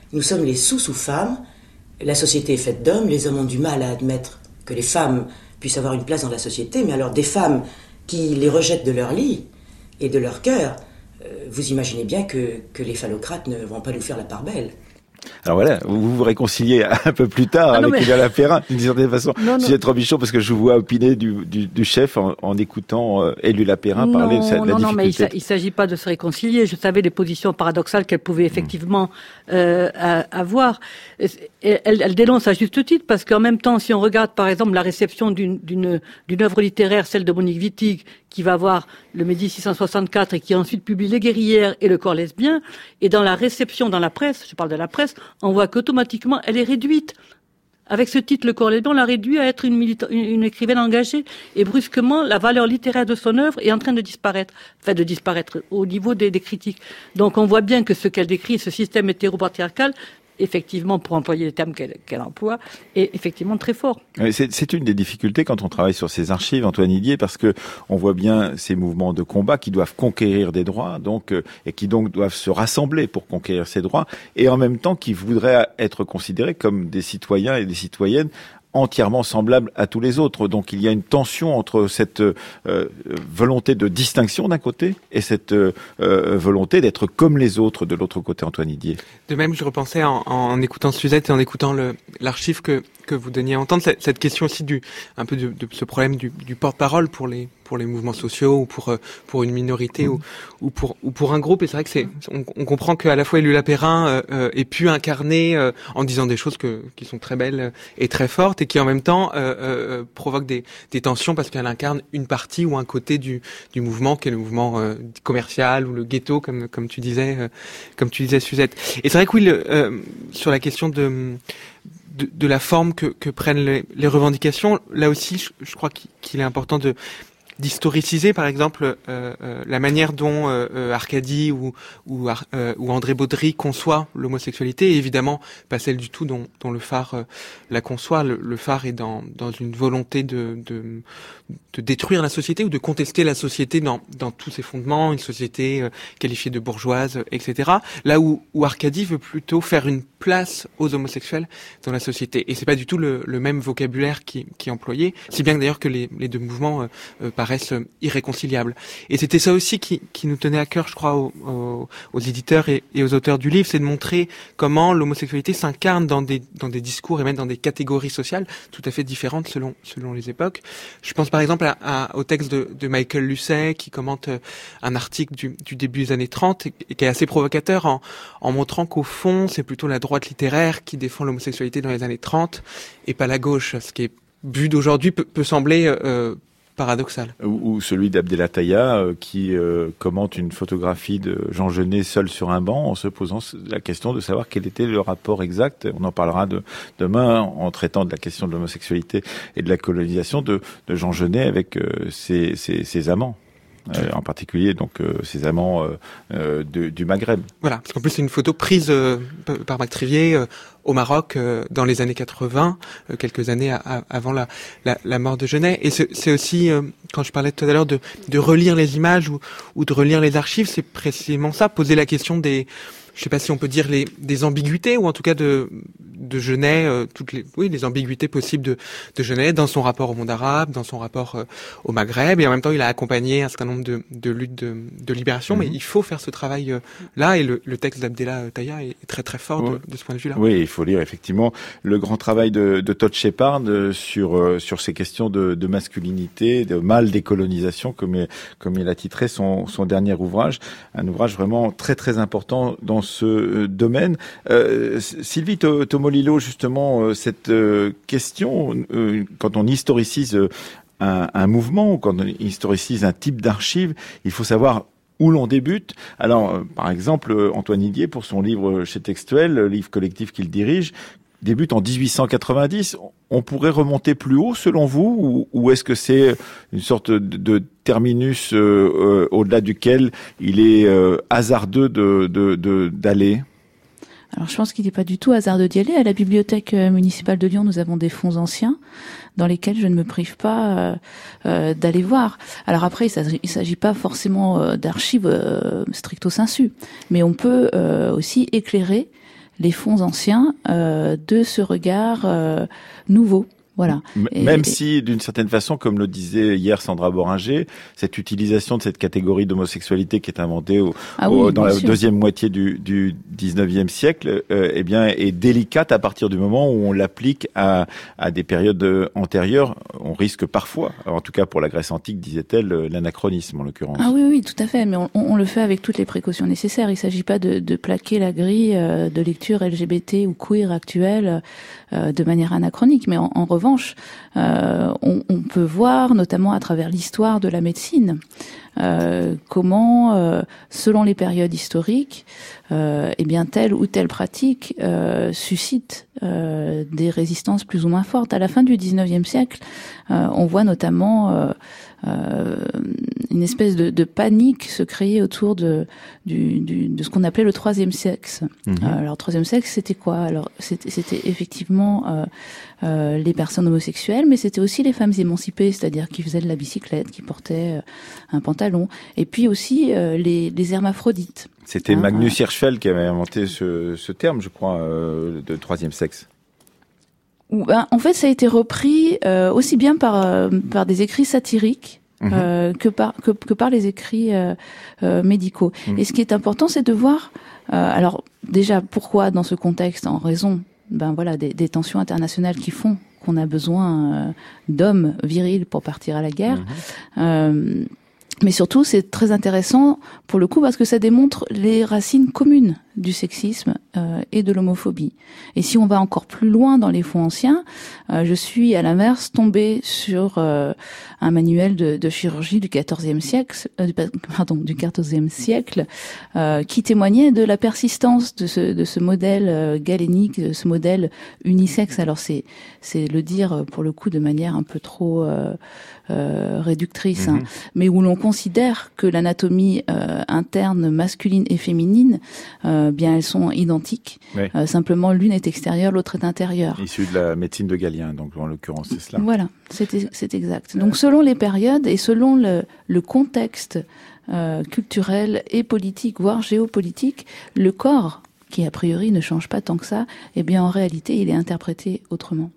Speaker 8: Nous sommes les sous-sous-femmes. La société est faite d'hommes. Les hommes ont du mal à admettre que les femmes puissent avoir une place dans la société. Mais alors des femmes qui les rejettent de leur lit et de leur cœur, euh, vous imaginez bien que, que les phallocrates ne vont pas nous faire la part belle.
Speaker 1: Alors voilà, vous vous réconciliez un peu plus tard ah non, avec Élia Lapérin, d'une certaine façon. Suzette Robichon, parce que je vous vois opiner du, du, du chef en, en écoutant euh, Élie Lapérin
Speaker 2: non,
Speaker 1: parler de, sa, de la
Speaker 2: non,
Speaker 1: difficulté.
Speaker 2: Non, mais il ne s'agit pas de se réconcilier. Je savais les positions paradoxales qu'elle pouvait effectivement euh, avoir. Elle, elle dénonce à juste titre, parce qu'en même temps, si on regarde par exemple la réception d'une, d'une, d'une œuvre littéraire, celle de Monique Wittig, qui va voir le Midi six cent soixante-quatre et qui ensuite publie Les Guerrières et Le Corps lesbien, et dans la réception dans la presse, je parle de la presse, on voit qu'automatiquement elle est réduite. Avec ce titre, Le Corps lesbien, on l'a réduit à être une, milita- une, une écrivaine engagée, et brusquement, la valeur littéraire de son œuvre est en train de disparaître, enfin de disparaître au niveau des, des critiques. Donc on voit bien que ce qu'elle décrit, ce système hétéropatriarcal, effectivement, pour employer les termes qu'elle, qu'elle emploie, est effectivement très fort.
Speaker 1: C'est, c'est une des difficultés quand on travaille sur ces archives, Antoine Didier, parce que on voit bien ces mouvements de combat qui doivent conquérir des droits, donc euh, et qui donc doivent se rassembler pour conquérir ces droits, et en même temps qui voudraient être considérés comme des citoyens et des citoyennes entièrement semblables à tous les autres. Donc il y a une tension entre cette euh, volonté de distinction d'un côté et cette euh, volonté d'être comme les autres de l'autre côté, Antoine Didier.
Speaker 3: De même, je repensais en, en écoutant Suzette et en écoutant le, l'archive que, que vous donniez à entendre, cette, cette question aussi du, un peu de, de ce problème du, du porte-parole pour les, pour les mouvements sociaux ou pour, pour une minorité mmh. ou, ou pour, ou pour un groupe. Et c'est vrai que c'est, on, on comprend qu'à la fois Élie Lapérin euh, ait pu incarner euh, en disant des choses que, qui sont très belles et très fortes, et qui en même temps euh, euh, provoque des, des tensions parce qu'elle incarne une partie ou un côté du, du mouvement qui est le mouvement euh, commercial ou le ghetto, comme, comme tu disais, euh, comme tu disais Suzette. Et c'est vrai que oui, le, euh, sur la question de, de, de la forme que, que prennent les, les revendications, là aussi, je, je crois qu'il est important de d'historiciser, par exemple, euh, euh, la manière dont euh, Arcadie ou ou, euh, ou André Baudry conçoit l'homosexualité, et évidemment pas celle du tout dont, dont le phare euh, la conçoit. Le, le phare est dans dans une volonté de, de de détruire la société ou de contester la société dans dans tous ses fondements, une société euh, qualifiée de bourgeoise, et cetera. Là où où Arcadie veut plutôt faire une place aux homosexuels dans la société, et c'est pas du tout le, le même vocabulaire qui qui est employé, si bien que d'ailleurs que les les deux mouvements euh, euh, paraissent irréconciliables. Et c'était ça aussi qui, qui nous tenait à cœur, je crois, aux, aux, aux éditeurs et, et aux auteurs du livre, c'est de montrer comment l'homosexualité s'incarne dans des, dans des discours et même dans des catégories sociales tout à fait différentes selon, selon les époques. Je pense par exemple à, à, au texte de, de Michael Lucey qui commente un article du, du début des années trente et, et qui est assez provocateur en, en montrant qu'au fond, c'est plutôt la droite littéraire qui défend l'homosexualité dans les années trente et pas la gauche, ce qui est vu d'aujourd'hui peut, peut sembler euh, paradoxal.
Speaker 1: Ou, ou celui d'Abdelataya euh, qui euh, commente une photographie de Jean Genet seul sur un banc en se posant la question de savoir quel était le rapport exact. On en parlera de, demain en traitant de la question de l'homosexualité et de la colonisation de, de Jean Genet avec euh, ses, ses, ses amants. Euh, en particulier donc euh, ses amants euh, euh, de, du Maghreb.
Speaker 3: Voilà, parce qu'en plus c'est une photo prise euh, par Mac Trivier euh, au Maroc euh, dans les années quatre-vingts, euh, quelques années à, à, avant la, la, la mort de Genet. Et c'est, c'est aussi, euh, quand je parlais tout à l'heure de, de relire les images ou, ou de relire les archives, c'est précisément ça, poser la question des, je sais pas si on peut dire les, des ambiguïtés, ou en tout cas de, de Genet, euh, toutes les, oui, les ambiguïtés possibles de, de Genet dans son rapport au monde arabe, dans son rapport euh, au Maghreb, et en même temps il a accompagné un certain nombre de, de luttes de, de libération, mmh. mais il faut faire ce travail euh, là, et le, le texte d'Abdelataya est très très fort oui. de, de ce point de vue-là.
Speaker 1: Oui, il faut lire effectivement le grand travail de, de Todd Shepard euh, sur euh, sur ces questions de, de masculinité, de mal décolonisation, comme il, comme il a titré son, son dernier ouvrage, un ouvrage vraiment très très important dans ce domaine. Euh, Sylvie Tomolilo, justement, euh, cette euh, question, euh, quand on historicise un, un mouvement, ou quand on historicise un type d'archive, il faut savoir où l'on débute. Alors, euh, par exemple, Antoine Didier, pour son livre chez Textuel, le livre collectif qu'il dirige, débute en dix-huit cent quatre-vingt-dix. On pourrait remonter plus haut, selon vous, ou, ou est-ce que c'est une sorte de, de terminus euh, euh, au-delà duquel il est euh, hasardeux de, de, de, d'aller ?
Speaker 4: Alors, je pense qu'il n'est pas du tout hasardeux d'y aller. À la bibliothèque municipale de Lyon, nous avons des fonds anciens dans lesquels je ne me prive pas euh, euh, d'aller voir. Alors après, il ne s'agit pas forcément euh, d'archives euh, stricto sensu, mais on peut euh, aussi éclairer les fonds anciens euh, de ce regard euh, nouveau. Voilà.
Speaker 1: Et, Même et, si, d'une certaine façon, comme le disait hier Sandra Boringer, cette utilisation de cette catégorie d'homosexualité qui est inventée au, ah oui, au, dans la sûr. deuxième moitié du, du dix-neuvième siècle, euh, eh bien, est délicate à partir du moment où on l'applique à, à des périodes antérieures. On risque parfois, en tout cas pour la Grèce antique, disait-elle, l'anachronisme en l'occurrence.
Speaker 4: Ah oui, oui, tout à fait. Mais on, on le fait avec toutes les précautions nécessaires. Il ne s'agit pas de, de plaquer la grille de lecture L G B T ou queer actuelle euh, de manière anachronique. Mais en, en revanche, Euh, on, on peut voir, notamment à travers l'histoire de la médecine, euh, comment, euh, selon les périodes historiques, euh, eh bien telle ou telle pratique euh, suscite euh, des résistances plus ou moins fortes. À la fin du dix-neuvième siècle, euh, on voit notamment euh, euh, une espèce de, de panique se créer autour de, du, du, de ce qu'on appelait le troisième sexe. Mmh. Euh, alors, troisième sexe, c'était quoi? Alors, c'était, c'était effectivement euh, euh, les personnes homosexuelles, mais c'était aussi les femmes émancipées, c'est-à-dire qui faisaient de la bicyclette, qui portaient euh, un pantalon, et puis aussi euh, les, les hermaphrodites.
Speaker 1: C'était hein, Magnus Hirschfeld qui avait inventé ce, ce terme, je crois, euh, de troisième sexe.
Speaker 4: Ben, en fait, ça a été repris euh, aussi bien par euh, par des écrits satiriques mmh. euh, que par que, que par les écrits euh, euh, médicaux. Mmh. Et ce qui est important, c'est de voir. Euh, alors déjà, pourquoi dans ce contexte, en raison, ben voilà, des, des tensions internationales qui font qu'on a besoin euh, d'hommes virils pour partir à la guerre. Mmh. Euh, Mais surtout, c'est très intéressant pour le coup parce que ça démontre les racines communes du sexisme euh, et de l'homophobie. Et si on va encore plus loin dans les fonds anciens, euh, je suis à l'inverse tombée sur euh, un manuel de, de chirurgie du quatorzième siècle, euh, pardon, du quatorzième siècle, euh, qui témoignait de la persistance de ce de ce modèle euh, galénique, de ce modèle unisexe. Alors c'est c'est le dire pour le coup de manière un peu trop euh, euh, réductrice, mmh. hein, mais où l'on considère que l'anatomie euh, interne masculine et féminine, euh, bien elles sont identiques. Oui. Euh, simplement l'une est extérieure, l'autre est intérieure.
Speaker 1: Issue de la médecine de Galien, donc en l'occurrence c'est cela.
Speaker 4: Voilà, c'est c'est exact. Donc selon les périodes et selon le, le contexte euh, culturel et politique, voire géopolitique, le corps, qui a priori ne change pas tant que ça, eh bien en réalité il est interprété autrement.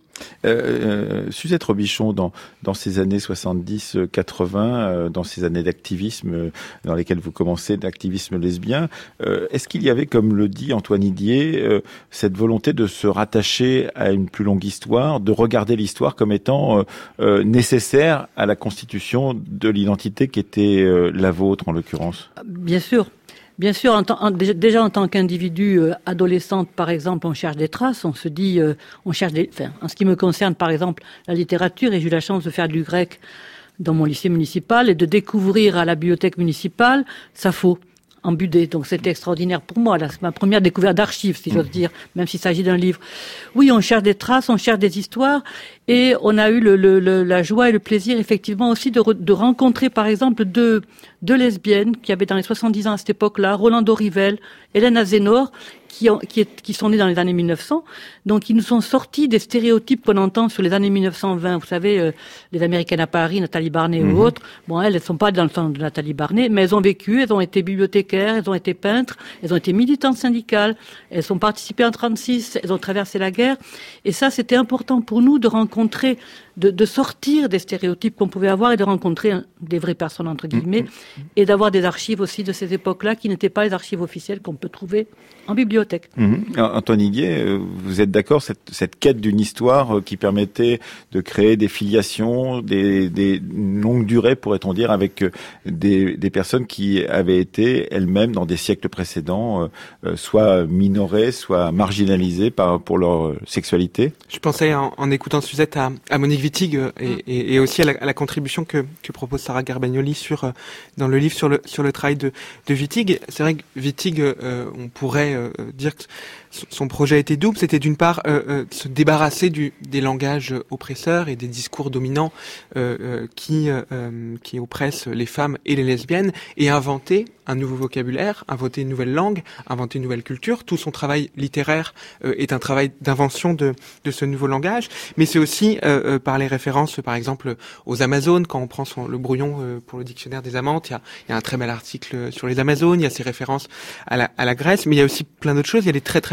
Speaker 1: Euh, Suzette Robichon, dans, dans ces années soixante-dix quatre-vingts, euh, dans ces années d'activisme euh, dans lesquelles vous commencez, d'activisme lesbien, euh, est-ce qu'il y avait, comme le dit Antoine Idier, euh, cette volonté de se rattacher à une plus longue histoire, de regarder l'histoire comme étant euh, euh, nécessaire à la constitution de l'identité qui était euh, la vôtre en l'occurrence?
Speaker 2: Bien sûr. Bien sûr, en en, déjà en tant qu'individu euh, adolescente, par exemple, on cherche des traces, on se dit, euh, on cherche des... Enfin, en ce qui me concerne, par exemple, la littérature, et j'ai eu la chance de faire du grec dans mon lycée municipal et de découvrir à la bibliothèque municipale Sappho en Budé. Donc c'était extraordinaire pour moi. Là, c'est ma première découverte d'archives, si j'ose dire, même s'il s'agit d'un livre. Oui, on cherche des traces, on cherche des histoires, et on a eu le, le, le, la joie et le plaisir, effectivement, aussi de, re, de rencontrer, par exemple, deux, deux lesbiennes qui avaient dans les soixante-dix ans à cette époque-là, Rolando Rivel, Hélène Azénor, qui, ont, qui, est, qui sont nées dans les années mille neuf cents. Donc, ils nous sont sortis des stéréotypes qu'on entend sur les années mille neuf cent vingt. Vous savez, euh, les Américaines à Paris, Nathalie Barnett mmh. ou autres. Bon, elles ne sont pas dans le temps de Nathalie Barnett, mais elles ont vécu, elles ont été bibliothécaires, elles ont été peintres, elles ont été militantes syndicales, elles ont participé en trente-six, elles ont traversé la guerre. Et ça, c'était important pour nous de rencontrer, de, de sortir des stéréotypes qu'on pouvait avoir et de rencontrer un, des vraies personnes, entre guillemets, mmh. et d'avoir des archives aussi de ces époques-là qui n'étaient pas les archives officielles qu'on peut trouver en bibliothèque.
Speaker 1: Mmh. Antoine Idier, vous êtes d'accord, cette, cette quête d'une histoire qui permettait de créer des filiations, des, des longues durées, pourrait-on dire, avec des, des personnes qui avaient été elles-mêmes dans des siècles précédents, euh, soit minorées, soit marginalisées par, pour leur sexualité?
Speaker 3: Je pensais en, en écoutant Suzette à, à Monique Wittig et, et, et aussi à la, à la contribution que, que propose Sarah Garbagnoli sur, dans le livre sur le, sur le travail de, de Wittig. C'est vrai que Wittig, euh, on pourrait euh, dire que son projet était double. C'était d'une part euh, euh, se débarrasser du, des langages oppresseurs et des discours dominants euh, euh, qui, euh, qui oppressent les femmes et les lesbiennes, et inventer un nouveau vocabulaire, inventer une nouvelle langue, inventer une nouvelle culture. Tout son travail littéraire euh, est un travail d'invention de, de ce nouveau langage, mais c'est aussi euh, euh, par les références, par exemple, aux Amazones. Quand on prend son, le brouillon euh, pour le dictionnaire des Amantes, il y a, il y a un très bel article sur les Amazones, il y a ces références à la, à la Grèce, mais il y a aussi plein d'autres choses. Il y a des très très belles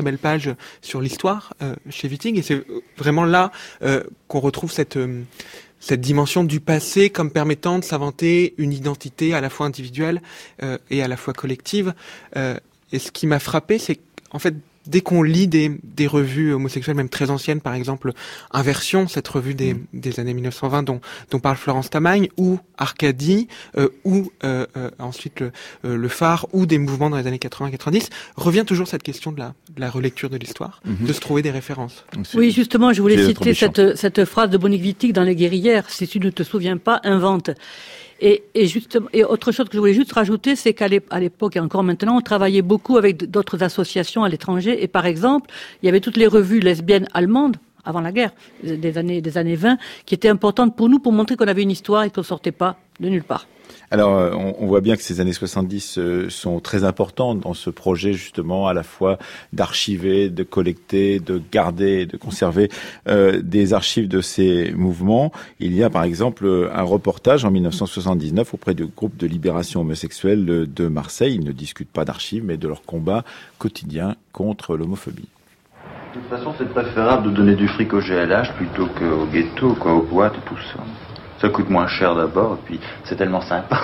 Speaker 3: belle page sur l'histoire euh, chez Wittig, et c'est vraiment là euh, qu'on retrouve cette euh, cette dimension du passé comme permettant de s'inventer une identité à la fois individuelle euh, et à la fois collective. Euh, et ce qui m'a frappé, c'est qu'en fait, dès qu'on lit des, des revues homosexuelles, même très anciennes, par exemple Inversion, cette revue des, mmh. des années mille neuf cent vingt dont, dont parle Florence Tamagne, ou Arcadie, euh, ou euh, euh, ensuite le, euh, le Phare, ou des mouvements dans les années quatre-vingts quatre-vingt-dix, revient toujours cette question de la, de la relecture de l'histoire, mmh. de se trouver des références.
Speaker 2: Oui, justement, je voulais citer cette, cette phrase de Monique Wittig dans Les Guerrières, « Si tu ne te souviens pas, invente ». Et, et justement, et autre chose que je voulais juste rajouter, c'est qu'à l'époque et encore maintenant, on travaillait beaucoup avec d'autres associations à l'étranger. Et par exemple, il y avait toutes les revues lesbiennes allemandes avant la guerre, des années, des années vingt, qui étaient importantes pour nous pour montrer qu'on avait une histoire et qu'on sortait pas de nulle part.
Speaker 1: Alors, on, on voit bien que ces années soixante-dix euh, sont très importantes dans ce projet, justement, à la fois d'archiver, de collecter, de garder, de conserver euh, des archives de ces mouvements. Il y a, par exemple, un reportage en mille neuf cent soixante-dix-neuf auprès du groupe de libération homosexuelle de Marseille. Ils ne discutent pas d'archives, mais de leur combat quotidien contre l'homophobie.
Speaker 9: De toute façon, c'est préférable de donner du fric au G L H plutôt qu'au ghetto, quoi, aux boîtes et tout ça. Ça coûte moins cher d'abord, et puis c'est tellement sympa.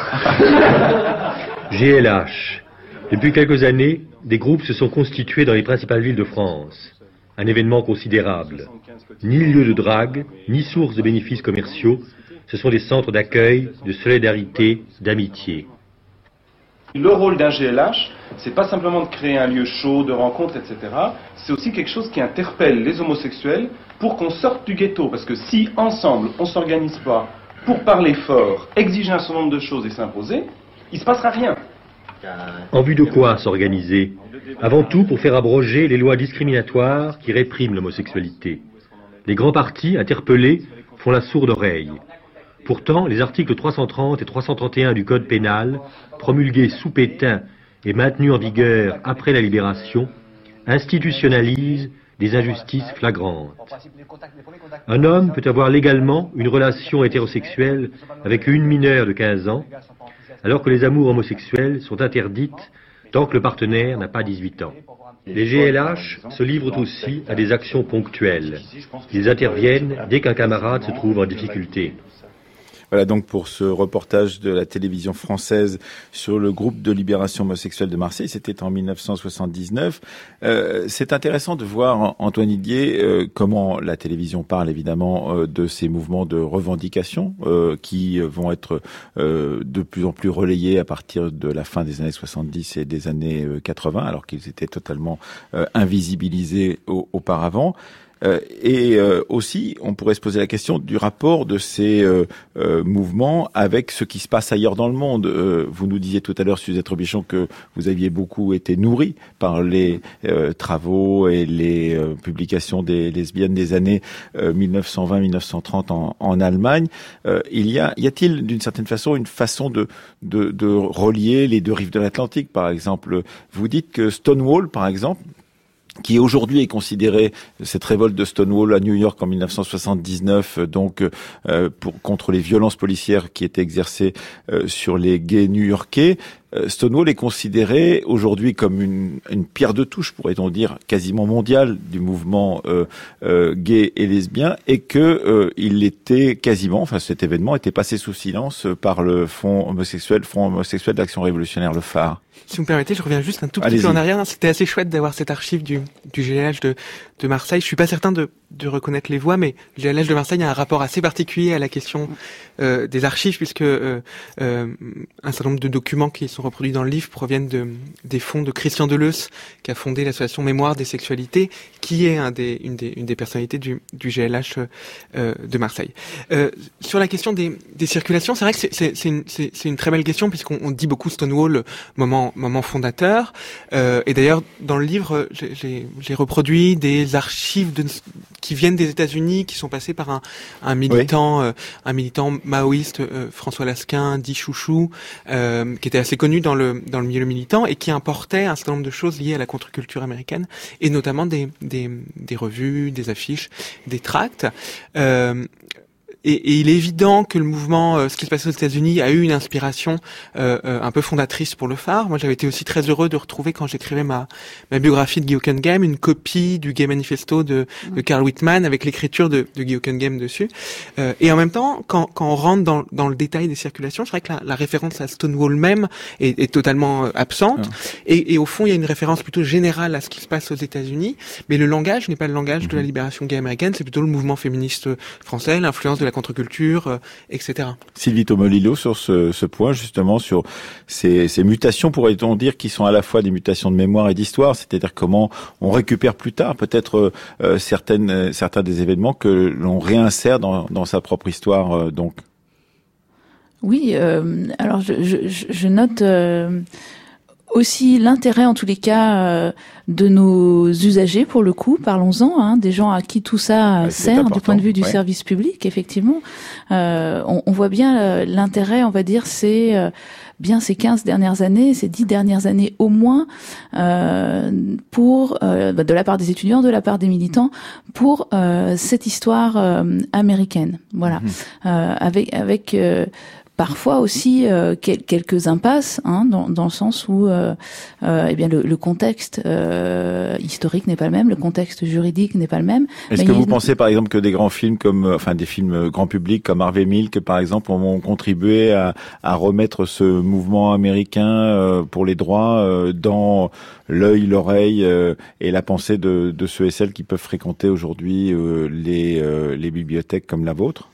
Speaker 10: G L H. Depuis quelques années, des groupes se sont constitués dans les principales villes de France. Un événement considérable. Ni lieu de drague, ni source de bénéfices commerciaux, ce sont des centres d'accueil, de solidarité, d'amitié.
Speaker 11: Le rôle d'un G L H, c'est pas simplement de créer un lieu chaud, de rencontres, et cetera. C'est aussi quelque chose qui interpelle les homosexuels pour qu'on sorte du ghetto. Parce que si, ensemble, on s'organise pas pour parler fort, exiger un certain nombre de choses et s'imposer, il se passera rien.
Speaker 10: En vue de quoi s'organiser? Avant tout pour faire abroger les lois discriminatoires qui répriment l'homosexualité. Les grands partis, interpellés, font la sourde oreille. Pourtant, les articles trois cent trente et trois cent trente et un du Code pénal, promulgués sous Pétain et maintenus en vigueur après la Libération, institutionnalisent des injustices flagrantes. Un homme peut avoir légalement une relation hétérosexuelle avec une mineure de quinze ans, alors que les amours homosexuelles sont interdites tant que le partenaire n'a pas dix-huit ans. Les G L H se livrent aussi à des actions ponctuelles. Ils interviennent dès qu'un camarade se trouve en difficulté.
Speaker 1: Voilà donc pour ce reportage de la télévision française sur le groupe de libération homosexuelle de Marseille. C'était en mille neuf cent soixante-dix-neuf. Euh, c'est intéressant de voir, Antoine Didier, euh, comment la télévision parle évidemment euh, de ces mouvements de revendication euh, qui vont être euh, de plus en plus relayés à partir de la fin des années soixante-dix et des années quatre-vingts, alors qu'ils étaient totalement euh, invisibilisés au, auparavant. Euh, et euh, aussi, on pourrait se poser la question du rapport de ces euh, euh, mouvements avec ce qui se passe ailleurs dans le monde. Euh, vous nous disiez tout à l'heure, Suzette Robichon, que vous aviez beaucoup été nourri par les euh, travaux et les euh, publications des lesbiennes des années euh, mille neuf cent vingt mille neuf cent trente en, en Allemagne. Euh, il y a, y a-t-il d'une certaine façon une façon de, de, de relier les deux rives de l'Atlantique, par exemple? Vous dites que Stonewall, par exemple, qui aujourd'hui est considéré, cette révolte de Stonewall à New York en mille neuf cent soixante-dix-neuf, donc euh, pour contre les violences policières qui étaient exercées euh, sur les gays new-yorkais, euh, Stonewall est considéré aujourd'hui comme une, une pierre de touche, pourrait-on dire, quasiment mondiale du mouvement euh, euh, gay et lesbien, et que euh, il était quasiment, enfin cet événement était passé sous silence par le Front homosexuel, Front homosexuel d'Action révolutionnaire, le Phare.
Speaker 3: Si vous me permettez, je reviens juste un tout petit peu en arrière. C'était assez chouette d'avoir cette archive du, du G L H de, de Marseille. Je suis pas certain de, de reconnaître les voix, mais le G L H de Marseille a un rapport assez particulier à la question euh, des archives, puisque euh, euh, un certain nombre de documents qui sont reproduits dans le livre proviennent de, des fonds de Christian Deleuze, qui a fondé l'association Mémoire des sexualités, qui est un des, une, des, une des personnalités du, du G L H euh, de Marseille. Euh, sur la question des, des circulations, c'est vrai que c'est, c'est, c'est, une, c'est, c'est une très belle question, puisqu'on on dit beaucoup Stonewall, moment moment fondateur, euh, et d'ailleurs dans le livre j'ai, j'ai, j'ai reproduit des archives de, qui viennent des États-Unis, qui sont passées par un, un militant, oui. euh, un militant maoïste, euh, François Lasquin, dit Chouchou, euh, qui était assez connu dans le dans le milieu militant et qui importait un certain nombre de choses liées à la contre-culture américaine, et notamment des des, des revues, des affiches, des tracts. Euh, et, et il est évident que le mouvement, euh, ce qui se passe aux États-Unis, a eu une inspiration euh, euh, un peu fondatrice pour le phare. Moi, j'avais été aussi très heureux de retrouver, quand j'écrivais ma, ma biographie de Guy Hockenheim, une copie du Gay Manifesto de, de Carl Whitman avec l'écriture de, de Guy Hockenheim dessus. Euh, et en même temps, quand, quand on rentre dans, dans le détail des circulations, je dirais que la, la référence à Stonewall même est, est totalement euh, absente. Ah. Et, et au fond, il y a une référence plutôt générale à ce qui se passe aux États-Unis, mais le langage n'est pas le langage mmh. de la libération gay américaine, c'est plutôt le mouvement féministe français, l'influence de la contre-culture, euh, et cetera.
Speaker 1: Sylvie Tomolillo, sur ce, ce point, justement, sur ces, ces mutations, pourrait-on dire, qui sont à la fois des mutations de mémoire et d'histoire, c'est-à-dire comment on récupère plus tard peut-être euh, certaines, certains des événements que l'on réinsère dans, dans sa propre histoire, euh, donc.
Speaker 4: Oui, euh, alors je, je, je note euh, aussi l'intérêt, en tous les cas, euh, de nos usagers, pour le coup, parlons-en, hein, des gens à qui tout ça ouais, sert du point de vue du ouais. service public, effectivement. Euh, on, on voit bien euh, l'intérêt, on va dire, c'est euh, bien ces quinze dernières années, ces dix dernières années au moins, euh, pour euh, de la part des étudiants, de la part des militants, pour euh, cette histoire euh, américaine. Voilà, mmh. euh, avec avec euh, parfois aussi euh, quel, quelques impasses, hein, dans, dans le sens où, euh, euh, eh bien, le, le contexte euh, historique n'est pas le même, le contexte juridique n'est pas le même.
Speaker 1: Est-ce que vous a... pensez, par exemple, que des grands films comme, enfin, des films grand public comme Harvey Milk, par exemple, ont contribué à, à remettre ce mouvement américain euh, pour les droits euh, dans l'œil, l'oreille euh, et la pensée de, de ceux et celles qui peuvent fréquenter aujourd'hui euh, les, euh, les bibliothèques comme la vôtre?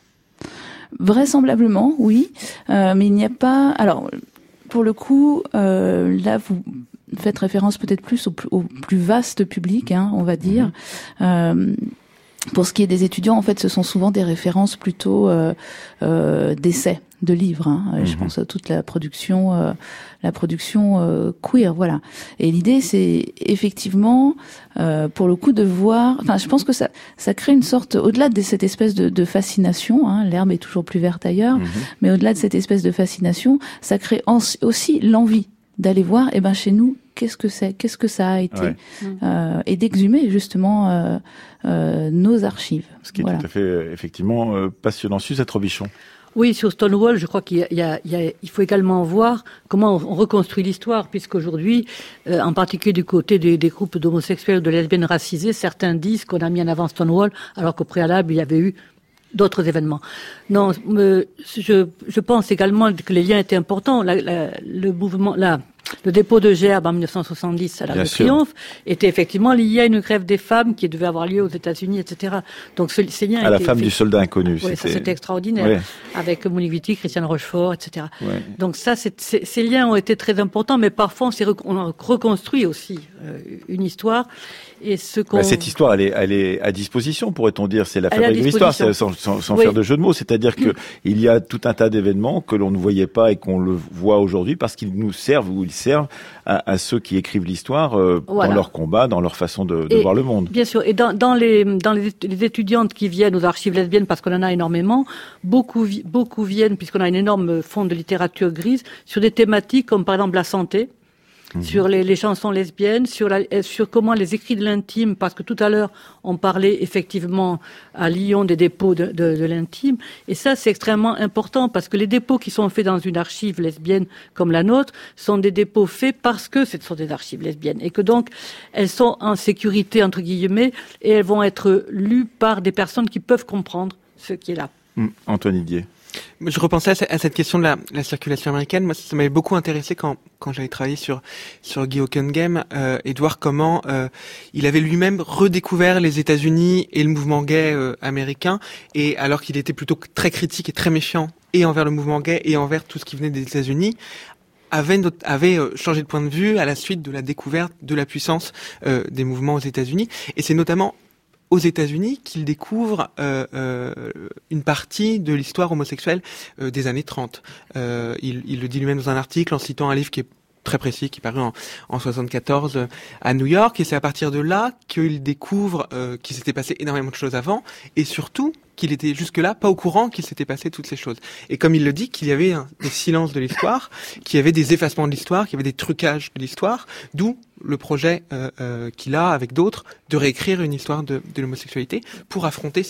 Speaker 4: Vraisemblablement, oui, euh, mais il n'y a pas. Alors, pour le coup, euh, là, vous faites référence peut-être plus au, au plus vaste public, hein, on va dire. Mmh. Euh, pour ce qui est des étudiants, en fait, ce sont souvent des références plutôt euh, euh, d'essais, de livres. Hein. Mmh. Je pense à toute la production, euh, la production euh, queer, voilà. Et l'idée, c'est effectivement, euh, pour le coup, de voir. Enfin, je pense que ça, ça crée une sorte, au-delà de cette espèce de, de fascination. Hein, l'herbe est toujours plus verte ailleurs, mmh. mais au-delà de cette espèce de fascination, ça crée en, aussi l'envie d'aller voir. Eh ben, chez nous, qu'est-ce que c'est, qu'est-ce que ça a été, ouais. euh, et d'exhumer justement euh, euh, nos archives.
Speaker 1: Ce qui est
Speaker 4: voilà.
Speaker 1: tout à fait effectivement euh, passionnant. Suzette Robichon.
Speaker 2: Oui, sur Stonewall, je crois qu'il y a, il y a, il y a, il faut également voir comment on reconstruit l'histoire, puisqu'aujourd'hui, euh, en particulier du côté des, des groupes d'homosexuels ou de lesbiennes racisées, certains disent qu'on a mis en avant Stonewall, alors qu'au préalable, il y avait eu d'autres événements. Non, euh, je, je pense également que les liens étaient importants. La, la, le mouvement, la, le dépôt de Gerbes en mille neuf cent soixante-dix à l'Arc de Triomphe était effectivement lié à une grève des femmes qui devait avoir lieu aux États-Unis, et cetera. Donc ce, ces liens
Speaker 1: à la
Speaker 2: étaient
Speaker 1: femme fait... du soldat inconnu.
Speaker 2: Oui, ça c'était extraordinaire. Ouais. Avec Monique Wittig, Christiane Rochefort, et cetera. Ouais. Donc ça, c'est, c'est, ces liens ont été très importants, mais parfois on, s'est rec- on a reconstruit aussi euh, une histoire. Et ce qu'on...
Speaker 1: Bah, cette histoire, elle est, elle est à disposition, pourrait-on dire. C'est la fabrique de l'histoire, sans, sans, sans oui. faire de jeu de mots. C'est-à-dire que il y a tout un tas d'événements que l'on ne voyait pas et qu'on le voit aujourd'hui parce qu'ils nous servent ou ils servent à, à ceux qui écrivent l'histoire euh, voilà. dans leur combat, dans leur façon de, de voir le monde.
Speaker 2: Bien sûr. Et dans, dans les, dans les, les étudiantes qui viennent aux archives lesbiennes, parce qu'on en a énormément, beaucoup, beaucoup viennent, puisqu'on a une énorme fonds de littérature grise, sur des thématiques comme par exemple la santé. Mmh. Sur les, les chansons lesbiennes, sur, la, sur comment les écrits de l'intime, parce que tout à l'heure, on parlait effectivement à Lyon des dépôts de, de, de l'intime, et ça, c'est extrêmement important, parce que les dépôts qui sont faits dans une archive lesbienne comme la nôtre sont des dépôts faits parce que ce sont des archives lesbiennes, et que donc, elles sont en sécurité, entre guillemets, et elles vont être lues par des personnes qui peuvent comprendre ce qui est là.
Speaker 1: Mmh. Antoine Didier.
Speaker 3: Je repensais à cette question de la, la circulation américaine. Moi, ça m'avait beaucoup intéressé quand, quand j'avais travaillé sur sur Guy Hockenheim euh, et de voir comment euh, il avait lui-même redécouvert les États-Unis et le mouvement gay euh, américain. Et alors qu'il était plutôt très critique et très méfiant et envers le mouvement gay et envers tout ce qui venait des États-Unis, avait, notre, avait euh, changé de point de vue à la suite de la découverte de la puissance euh, des mouvements aux États-Unis. Et c'est notamment aux États-Unis qu'il découvre euh, euh, une partie de l'histoire homosexuelle euh, des années trente. Euh, il, il le dit lui-même dans un article en citant un livre qui est très précis, qui est paru en, en soixante-quatorze euh, à New York, et c'est à partir de là qu'il découvre euh, qu'il s'était passé énormément de choses avant, et surtout qu'il était jusque-là pas au courant qu'il s'était passé toutes ces choses. Et comme il le dit, qu'il y avait un, des silences de l'histoire, qu'il y avait des effacements de l'histoire, qu'il y avait des trucages de l'histoire, d'où le projet euh, euh, qu'il a avec d'autres de réécrire une histoire de, de l'homosexualité pour affronter ces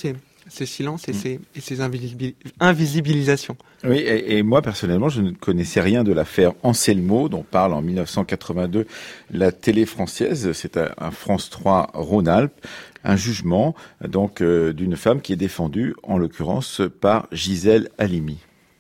Speaker 3: ce silence et ces, et ces invisibil- invisibilisations.
Speaker 1: Oui, et, et moi personnellement, je ne connaissais rien de l'affaire Anselmo, dont parle en dix-neuf cent quatre-vingt-deux la télé française. C'est un, un France trois Rhône-Alpes, un jugement donc euh, d'une femme qui est défendue, en l'occurrence par Gisèle Halimi.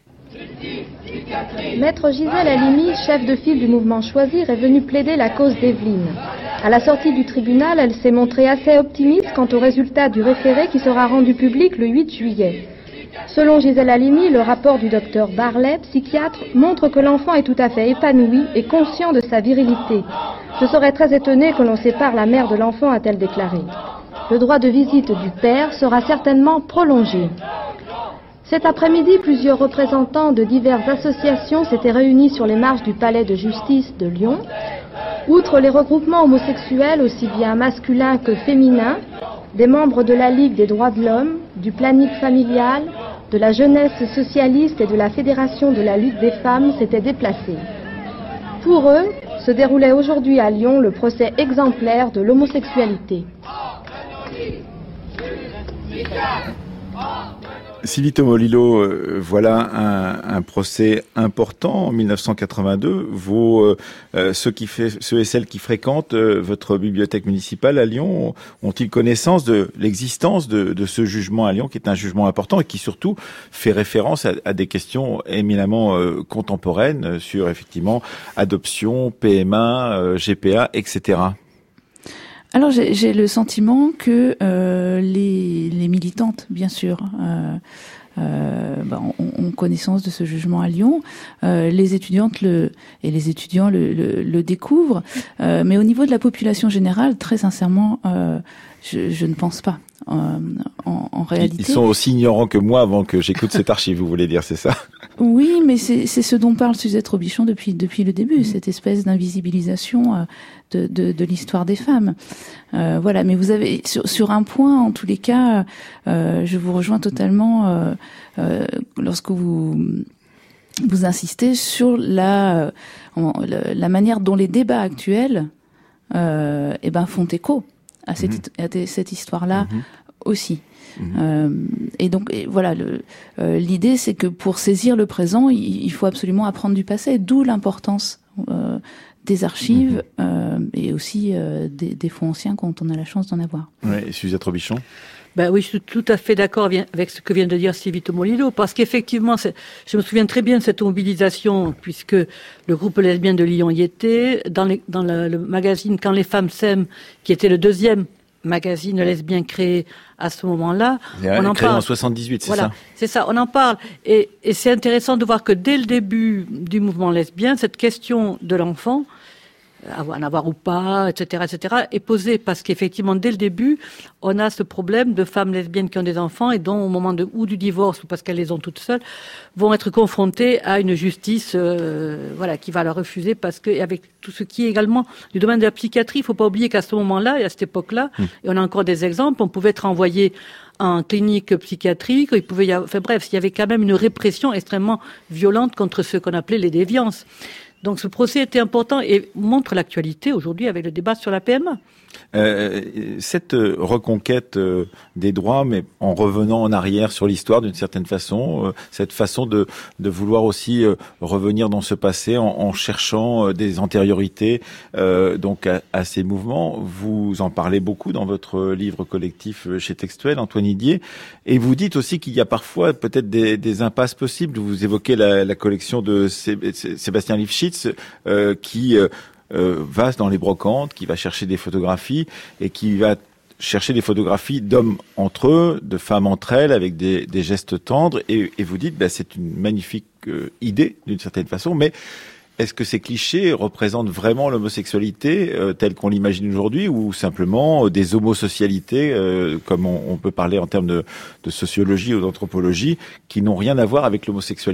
Speaker 12: Maître Gisèle Halimi, chef de file du mouvement Choisir, est venue plaider la cause d'Evelyne. À la sortie du tribunal, elle s'est montrée assez optimiste quant au résultat du référé qui sera rendu public le huit juillet. Selon Gisèle Halimi, le rapport du docteur Barlet, psychiatre, montre que l'enfant est tout à fait épanoui et conscient de sa virilité. Je serais très étonnée que l'on sépare la mère de l'enfant, a-t-elle déclaré. Le droit de visite du père sera certainement prolongé. Cet après-midi, plusieurs représentants de diverses associations s'étaient réunis sur les marches du palais de justice de Lyon. Outre les regroupements homosexuels, aussi bien masculins que féminins, des membres de la Ligue des droits de l'homme, du planning familial, de la jeunesse socialiste et de la Fédération de la lutte des femmes s'étaient déplacés. Pour eux, se déroulait aujourd'hui à Lyon le procès exemplaire de l'homosexualité.
Speaker 1: Sylvie Tomolilo, euh, voilà un, un procès important en dix-neuf cent quatre-vingt-deux. Vos, euh, ceux, qui fait, ceux et celles qui fréquentent euh, votre bibliothèque municipale à Lyon ont-ils connaissance de l'existence de, de ce jugement à Lyon, qui est un jugement important et qui surtout fait référence à, à des questions éminemment euh, contemporaines sur effectivement adoption, P M A, euh, G P A, et cetera.
Speaker 4: Alors j'ai, j'ai le sentiment que euh, les, les militantes, bien sûr, euh, euh, bah, ont, ont connaissance de ce jugement à Lyon. Euh, les étudiantes le, et les étudiants le, le, le découvrent, euh, mais au niveau de la population générale, très sincèrement, euh, je, je ne pense pas. Euh, en, en réalité,
Speaker 1: ils sont aussi ignorants que moi avant que j'écoute cette archive. Vous voulez dire, c'est ça?
Speaker 4: Oui, mais c'est, c'est ce dont parle Suzette Robichon depuis depuis le début, cette espèce d'invisibilisation euh, de, de, de l'histoire des femmes. Euh, voilà, mais vous avez sur, sur un point, en tous les cas, euh, je vous rejoins totalement euh, euh, lorsque vous vous insistez sur la la, la manière dont les débats actuels euh, eh ben font écho à cette mmh. à cette histoire-là mmh. aussi. Mmh. Euh, et donc et voilà, le, euh, l'idée c'est que pour saisir le présent, il, il faut absolument apprendre du passé, d'où l'importance euh, des archives mmh. euh, et aussi euh, des, des fonds anciens quand on a la chance d'en avoir.
Speaker 1: Oui, Suzette Robichon.
Speaker 2: Ben oui, je suis tout à fait d'accord avec ce que vient de dire Sylvie Tomolilo, parce qu'effectivement, c'est, je me souviens très bien de cette mobilisation, puisque le groupe lesbien de Lyon y était, dans, les, dans le, le magazine Quand les femmes s'aiment, qui était le deuxième magazine lesbien créé à ce moment-là.
Speaker 1: On en créé parle. En soixante-dix-huit, c'est
Speaker 2: voilà,
Speaker 1: ça?
Speaker 2: C'est ça, on en parle. Et, et c'est intéressant de voir que dès le début du mouvement lesbien, cette question de l'enfant, en avoir ou pas, et cetera, et cetera, est posée parce qu'effectivement, dès le début, on a ce problème de femmes lesbiennes qui ont des enfants et dont, au moment de, ou du divorce, ou parce qu'elles les ont toutes seules, vont être confrontées à une justice, euh, voilà, qui va leur refuser parce que, avec tout ce qui est également du domaine de la psychiatrie, il faut pas oublier qu'à ce moment-là, et à cette époque-là, mmh. et on a encore des exemples, on pouvait être envoyé en clinique psychiatrique, il pouvait y avoir, enfin bref, il y avait quand même une répression extrêmement violente contre ce qu'on appelait les déviances. Donc ce procès était important et montre l'actualité aujourd'hui avec le débat sur la P M A.
Speaker 1: Euh, cette reconquête euh, des droits, mais en revenant en arrière sur l'histoire d'une certaine façon, euh, cette façon de, de vouloir aussi euh, revenir dans ce passé en, en cherchant euh, des antériorités euh, donc à, à ces mouvements. Vous en parlez beaucoup dans votre livre collectif chez Textuel, Antoine Didier, et vous dites aussi qu'il y a parfois peut-être des, des impasses possibles. Vous évoquez la, la collection de Sébastien Lifshitz euh, qui euh, Euh, va dans les brocantes, qui va chercher des photographies et qui va chercher des photographies d'hommes entre eux, de femmes entre elles, avec des, des gestes tendres. Et, et vous dites, bah, c'est une magnifique euh, idée d'une certaine façon, mais est-ce que ces clichés représentent vraiment l'homosexualité euh, telle qu'on l'imagine aujourd'hui, ou simplement euh, des homosocialités, euh, comme on, on peut parler en termes de, de sociologie ou d'anthropologie, qui n'ont rien à voir avec l'homosexualité ?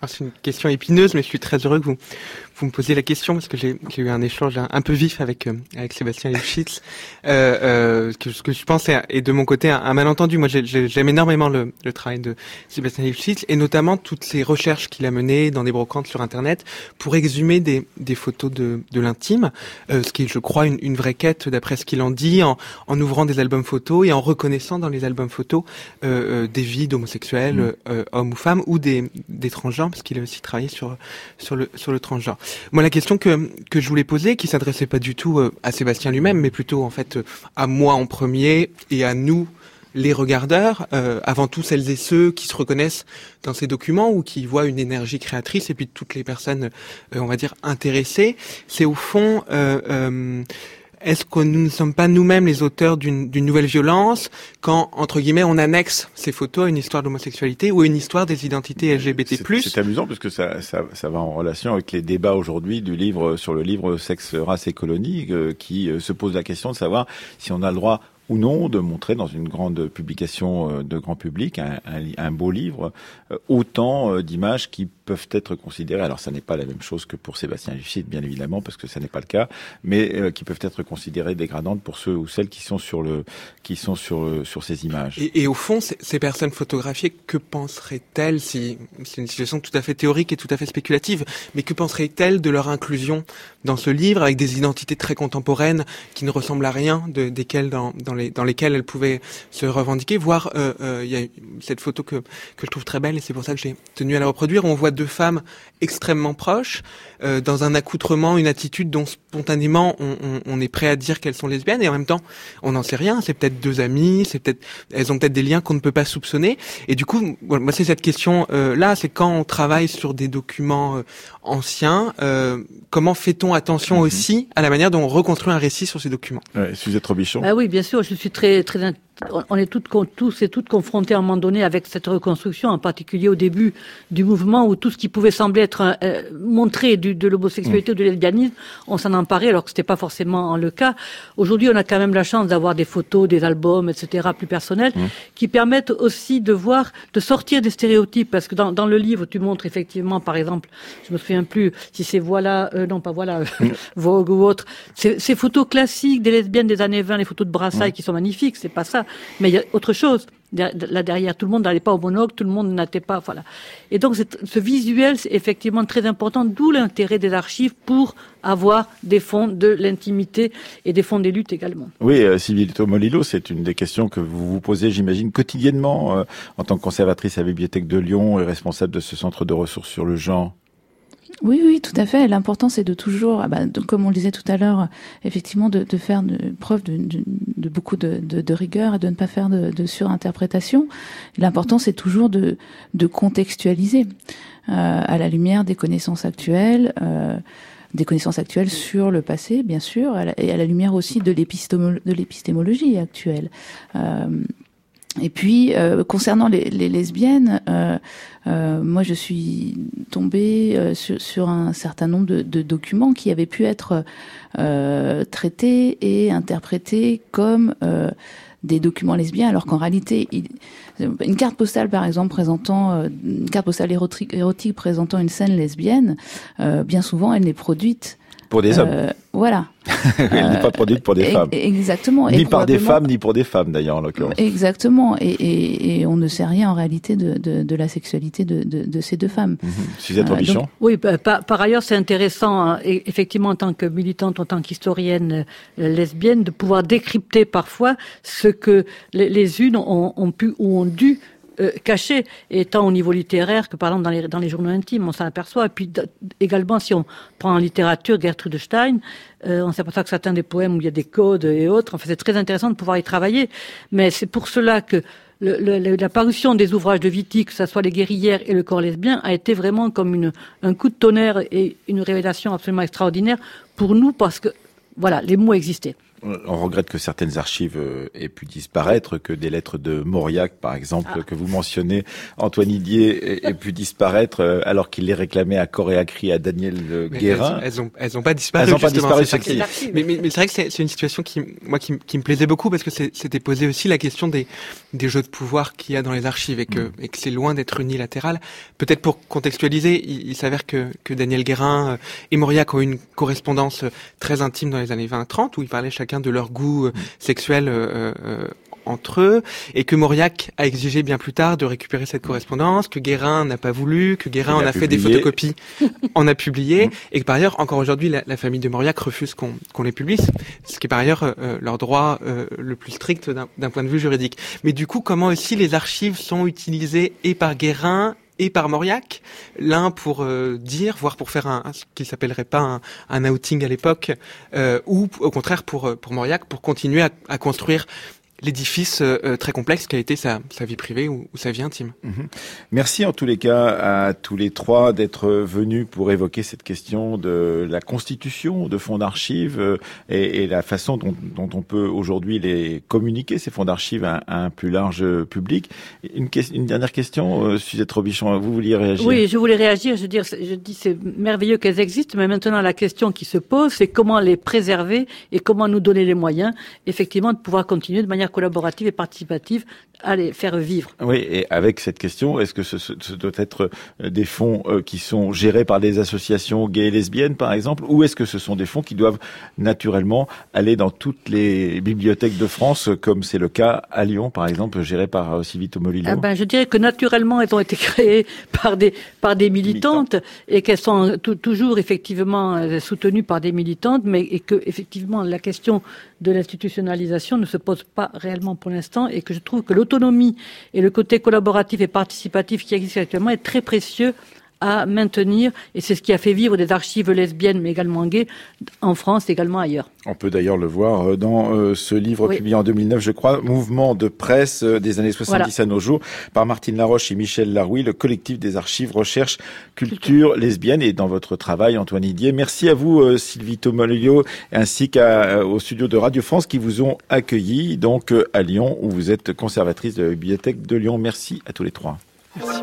Speaker 3: Alors, c'est une question épineuse, mais je suis très heureux que vous, vous me posiez la question parce que j'ai, j'ai eu un échange un, un peu vif avec euh, avec Sébastien Lifshitz. Euh, euh, que ce que je pense est, est de mon côté un, un malentendu. Moi, j'ai, j'ai, j'aime énormément le, le travail de Sébastien Lifshitz et notamment toutes ces recherches qu'il a menées dans des brocantes sur Internet pour exhumer des, des photos de, de l'intime, euh, ce qui est, je crois, une, une vraie quête d'après ce qu'il en dit, en, en ouvrant des albums photos et en reconnaissant dans les albums photos euh, euh, des vies d'homosexuels, mmh. euh, hommes ou femmes, ou des, des transgenres, parce qu'il a aussi travaillé sur sur le sur le transgenre. Moi, la question que que je voulais poser, qui s'adressait pas du tout euh, à Sébastien lui-même, mais plutôt en fait euh, à moi en premier et à nous, les regardeurs, euh, avant tout celles et ceux qui se reconnaissent dans ces documents ou qui voient une énergie créatrice, et puis toutes les personnes, euh, on va dire, intéressées, c'est au fond... Euh, euh, Est-ce que nous ne sommes pas nous-mêmes les auteurs d'une, d'une nouvelle violence quand, entre guillemets, on annexe ces photos à une histoire d'homosexualité ou à une histoire des identités L G B T plus ?
Speaker 1: C'est, c'est amusant parce que ça, ça, ça va en relation avec les débats aujourd'hui du livre sur le livre Sexe, race et colonie euh, qui euh, se pose la question de savoir si on a le droit ou non de montrer dans une grande publication de grand public, un, un, un beau livre, euh, autant euh, d'images qui peuvent être considérées, alors ça n'est pas la même chose que pour Sébastien Lifshitz, bien évidemment, parce que ça n'est pas le cas, mais euh, qui peuvent être considérées dégradantes pour ceux ou celles qui sont sur le, qui sont sur sur ces images.
Speaker 3: Et, et au fond, ces, ces personnes photographiées, que penseraient-elles, si c'est une situation tout à fait théorique et tout à fait spéculative, mais que penseraient-elles de leur inclusion dans ce livre avec des identités très contemporaines qui ne ressemblent à rien de, desquelles dans, dans les, dans lesquelles elles pouvaient se revendiquer, voire il euh, euh, y a cette photo que que je trouve très belle et c'est pour ça que j'ai tenu à la reproduire. On voit deux femmes extrêmement proches euh, dans un accoutrement, une attitude dont spontanément on, on, on est prêt à dire qu'elles sont lesbiennes et en même temps on n'en sait rien. C'est peut-être deux amies, c'est peut-être elles ont peut-être des liens qu'on ne peut pas soupçonner. Et du coup, moi c'est cette question euh, là, c'est quand on travaille sur des documents euh, anciens, euh, comment fait-on attention mmh. aussi à la manière dont on reconstruit un récit sur ces documents.
Speaker 1: Ouais, Suzette Robichon.
Speaker 2: Ah oui, bien sûr, je suis très très on est toutes, tous et toutes confrontés à un moment donné avec cette reconstruction, en particulier au début du mouvement où tout ce qui pouvait sembler être euh, montré du, de l'homosexualité mmh. ou de lesbianisme, on s'en emparait alors que c'était pas forcément le cas. Aujourd'hui, on a quand même la chance d'avoir des photos, des albums, et cetera plus personnels mmh. qui permettent aussi de voir, de sortir des stéréotypes parce que dans, dans le livre, tu montres effectivement, par exemple, je me souviens plus si c'est voilà, euh, non pas voilà, mmh. Vogue ou autre, ces, ces photos classiques des lesbiennes des années vingt, les photos de Brassailles mmh. qui sont magnifiques, c'est pas ça. Mais il y a autre chose. Là derrière, tout le monde n'allait pas au monocle, tout le monde n'était pas, voilà. Et donc, ce visuel, c'est effectivement très important, d'où l'intérêt des archives pour avoir des fonds de l'intimité et des fonds des luttes également.
Speaker 1: Oui, euh, Sylvie Tomolilo, c'est une des questions que vous vous posez, j'imagine, quotidiennement, euh, en tant que conservatrice à la Bibliothèque de Lyon et responsable de ce centre de ressources sur le genre.
Speaker 4: Oui, oui, tout à fait. L'important, c'est de toujours, ah bah, de, comme on le disait tout à l'heure, effectivement, de, de faire de, preuve de, de, de beaucoup de, de, de rigueur et de ne pas faire de, de surinterprétation. L'important, c'est toujours de, de contextualiser euh, à la lumière des connaissances actuelles, euh, des connaissances actuelles sur le passé, bien sûr, à la, et à la lumière aussi de, l'épistémo- de l'épistémologie actuelle. Euh, Et puis, euh, concernant les, les lesbiennes, euh, euh, moi, je suis tombée euh, sur, sur un certain nombre de, de documents qui avaient pu être euh, traités et interprétés comme euh, des documents lesbiens, alors qu'en réalité, il, une carte postale, par exemple, présentant euh, une carte postale érotique, érotique présentant une scène lesbienne, euh, bien souvent, elle n'est produite
Speaker 1: pour des hommes.
Speaker 4: Euh, voilà.
Speaker 1: Elle n'est pas produite pour des
Speaker 4: euh,
Speaker 1: femmes.
Speaker 4: Exactement.
Speaker 1: Ni
Speaker 4: et
Speaker 1: par des femmes, ni pour des femmes, d'ailleurs, en l'occurrence.
Speaker 4: Exactement. Et, et, et on ne sait rien, en réalité, de, de, de la sexualité de, de, de ces deux femmes.
Speaker 1: Mmh. Suzette Robichon.
Speaker 2: Euh, oui, par, par ailleurs, c'est intéressant, hein, et effectivement, en tant que militante, en tant qu'historienne euh, lesbienne, de pouvoir décrypter parfois ce que les, les unes ont, ont pu ou ont dû Euh, caché, et tant au niveau littéraire que par exemple dans les, dans les journaux intimes, on s'en aperçoit. Et puis d- également, si on prend en littérature Gertrude Stein, euh, on s'aperçoit que certains des poèmes où il y a des codes et autres, enfin c'est très intéressant de pouvoir y travailler. Mais c'est pour cela que le, le, la parution des ouvrages de Wittig, que ce soit Les Guerrières et Le corps lesbien, a été vraiment comme une, un coup de tonnerre et une révélation absolument extraordinaire pour nous, parce que voilà, les mots existaient.
Speaker 1: On regrette que certaines archives aient pu disparaître, que des lettres de Mauriac, par exemple, ah. que vous mentionnez, Antoine Didier, aient pu disparaître alors qu'il les réclamait à corps et à cri à Daniel mais Guérin.
Speaker 3: Elles, elles ont, elles ont pas disparu.
Speaker 1: Elles ont pas disparu.
Speaker 3: C'est c'est mais, mais, mais c'est vrai que c'est, c'est une situation qui, moi, qui, qui me plaisait beaucoup parce que c'est, c'était posé aussi la question des, des jeux de pouvoir qu'il y a dans les archives et que, mmh. et que c'est loin d'être unilatéral. Peut-être pour contextualiser, il, il s'avère que, que Daniel Guérin et Mauriac ont eu une correspondance très intime dans les années vingt trente où ils parlaient chacun de leur goût mmh. sexuel euh, euh, entre eux, et que Mauriac a exigé bien plus tard de récupérer cette correspondance, que Guérin n'a pas voulu, que Guérin en a, a fait des photocopies, en a publié, et que par ailleurs, encore aujourd'hui, la, la famille de Mauriac refuse qu'on, qu'on les publie, ce qui est par ailleurs euh, leur droit euh, le plus strict d'un, d'un point de vue juridique. Mais du coup, comment aussi les archives sont utilisées et par Guérin et par Mauriac, l'un pour euh, dire, voire pour faire un, un ce qui s'appellerait pas un, un outing à l'époque, euh, ou au contraire pour pour Mauriac, pour continuer à, à construire l'édifice euh, très complexe qu'a été sa, sa vie privée ou, ou sa vie intime.
Speaker 1: Mmh. Merci en tous les cas à tous les trois d'être venus pour évoquer cette question de la constitution de fonds d'archives euh, et, et la façon dont, dont on peut aujourd'hui les communiquer, ces fonds d'archives, à, à un plus large public. Une, une dernière question, euh, Suzette Robichon, vous vouliez réagir?
Speaker 2: Oui, je voulais réagir. Je veux dire, je dis c'est merveilleux qu'elles existent, mais maintenant la question qui se pose, c'est comment les préserver et comment nous donner les moyens, effectivement, de pouvoir continuer de manière collaborative et participative à les faire vivre.
Speaker 1: Oui, et avec cette question, est-ce que ce, ce doit être des fonds euh, qui sont gérés par des associations gays et lesbiennes, par exemple, ou est-ce que ce sont des fonds qui doivent naturellement aller dans toutes les bibliothèques de France, comme c'est le cas à Lyon, par exemple, géré par Sylvie Tomolino?
Speaker 2: Ah ben, je dirais que naturellement, elles ont été créées par des par des militantes Militant. et qu'elles sont t- toujours effectivement soutenues par des militantes, mais et que effectivement la question de l'institutionnalisation ne se pose pas réellement pour l'instant, et que je trouve que l'autonomie et le côté collaboratif et participatif qui existe actuellement est très précieux à maintenir, et c'est ce qui a fait vivre des archives lesbiennes mais également gays en France, également ailleurs.
Speaker 1: On peut d'ailleurs le voir dans ce livre oui. publié en deux mille neuf, je crois, Mouvement de presse des années soixante-dix voilà. à nos jours, par Martine Laroche et Michel Larouille, le collectif des archives recherche culture, culture. lesbienne, et dans votre travail, Antoine Didier. Merci à vous, Sylvie Tomolino, ainsi qu'au studio de Radio France qui vous ont accueillis, donc à Lyon, où vous êtes conservatrice de la bibliothèque de Lyon. Merci à tous les trois.
Speaker 3: Merci.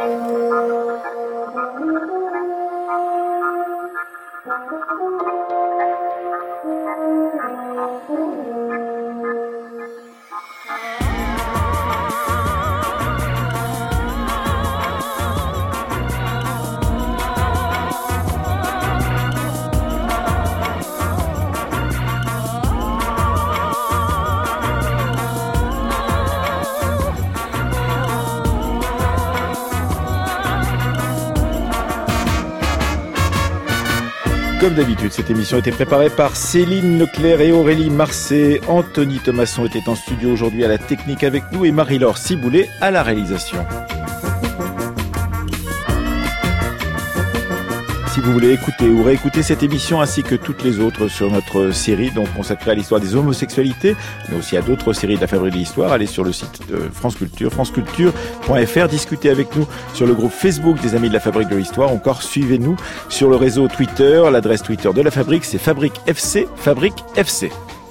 Speaker 1: Comme d'habitude, cette émission a été préparée par Céline Leclerc et Aurélie Marcet. Anthony Thomasson était en studio aujourd'hui à la technique avec nous et Marie-Laure Ciboulet à la réalisation. Si vous voulez écouter ou réécouter cette émission ainsi que toutes les autres sur notre série donc consacrée à l'histoire des homosexualités, mais aussi à d'autres séries de la Fabrique de l'Histoire, allez sur le site de France Culture, franceculture point f r, discutez avec nous sur le groupe Facebook des Amis de la Fabrique de l'Histoire, encore suivez-nous sur le réseau Twitter, l'adresse Twitter de la Fabrique c'est Fabrique F C, Fabrique F C.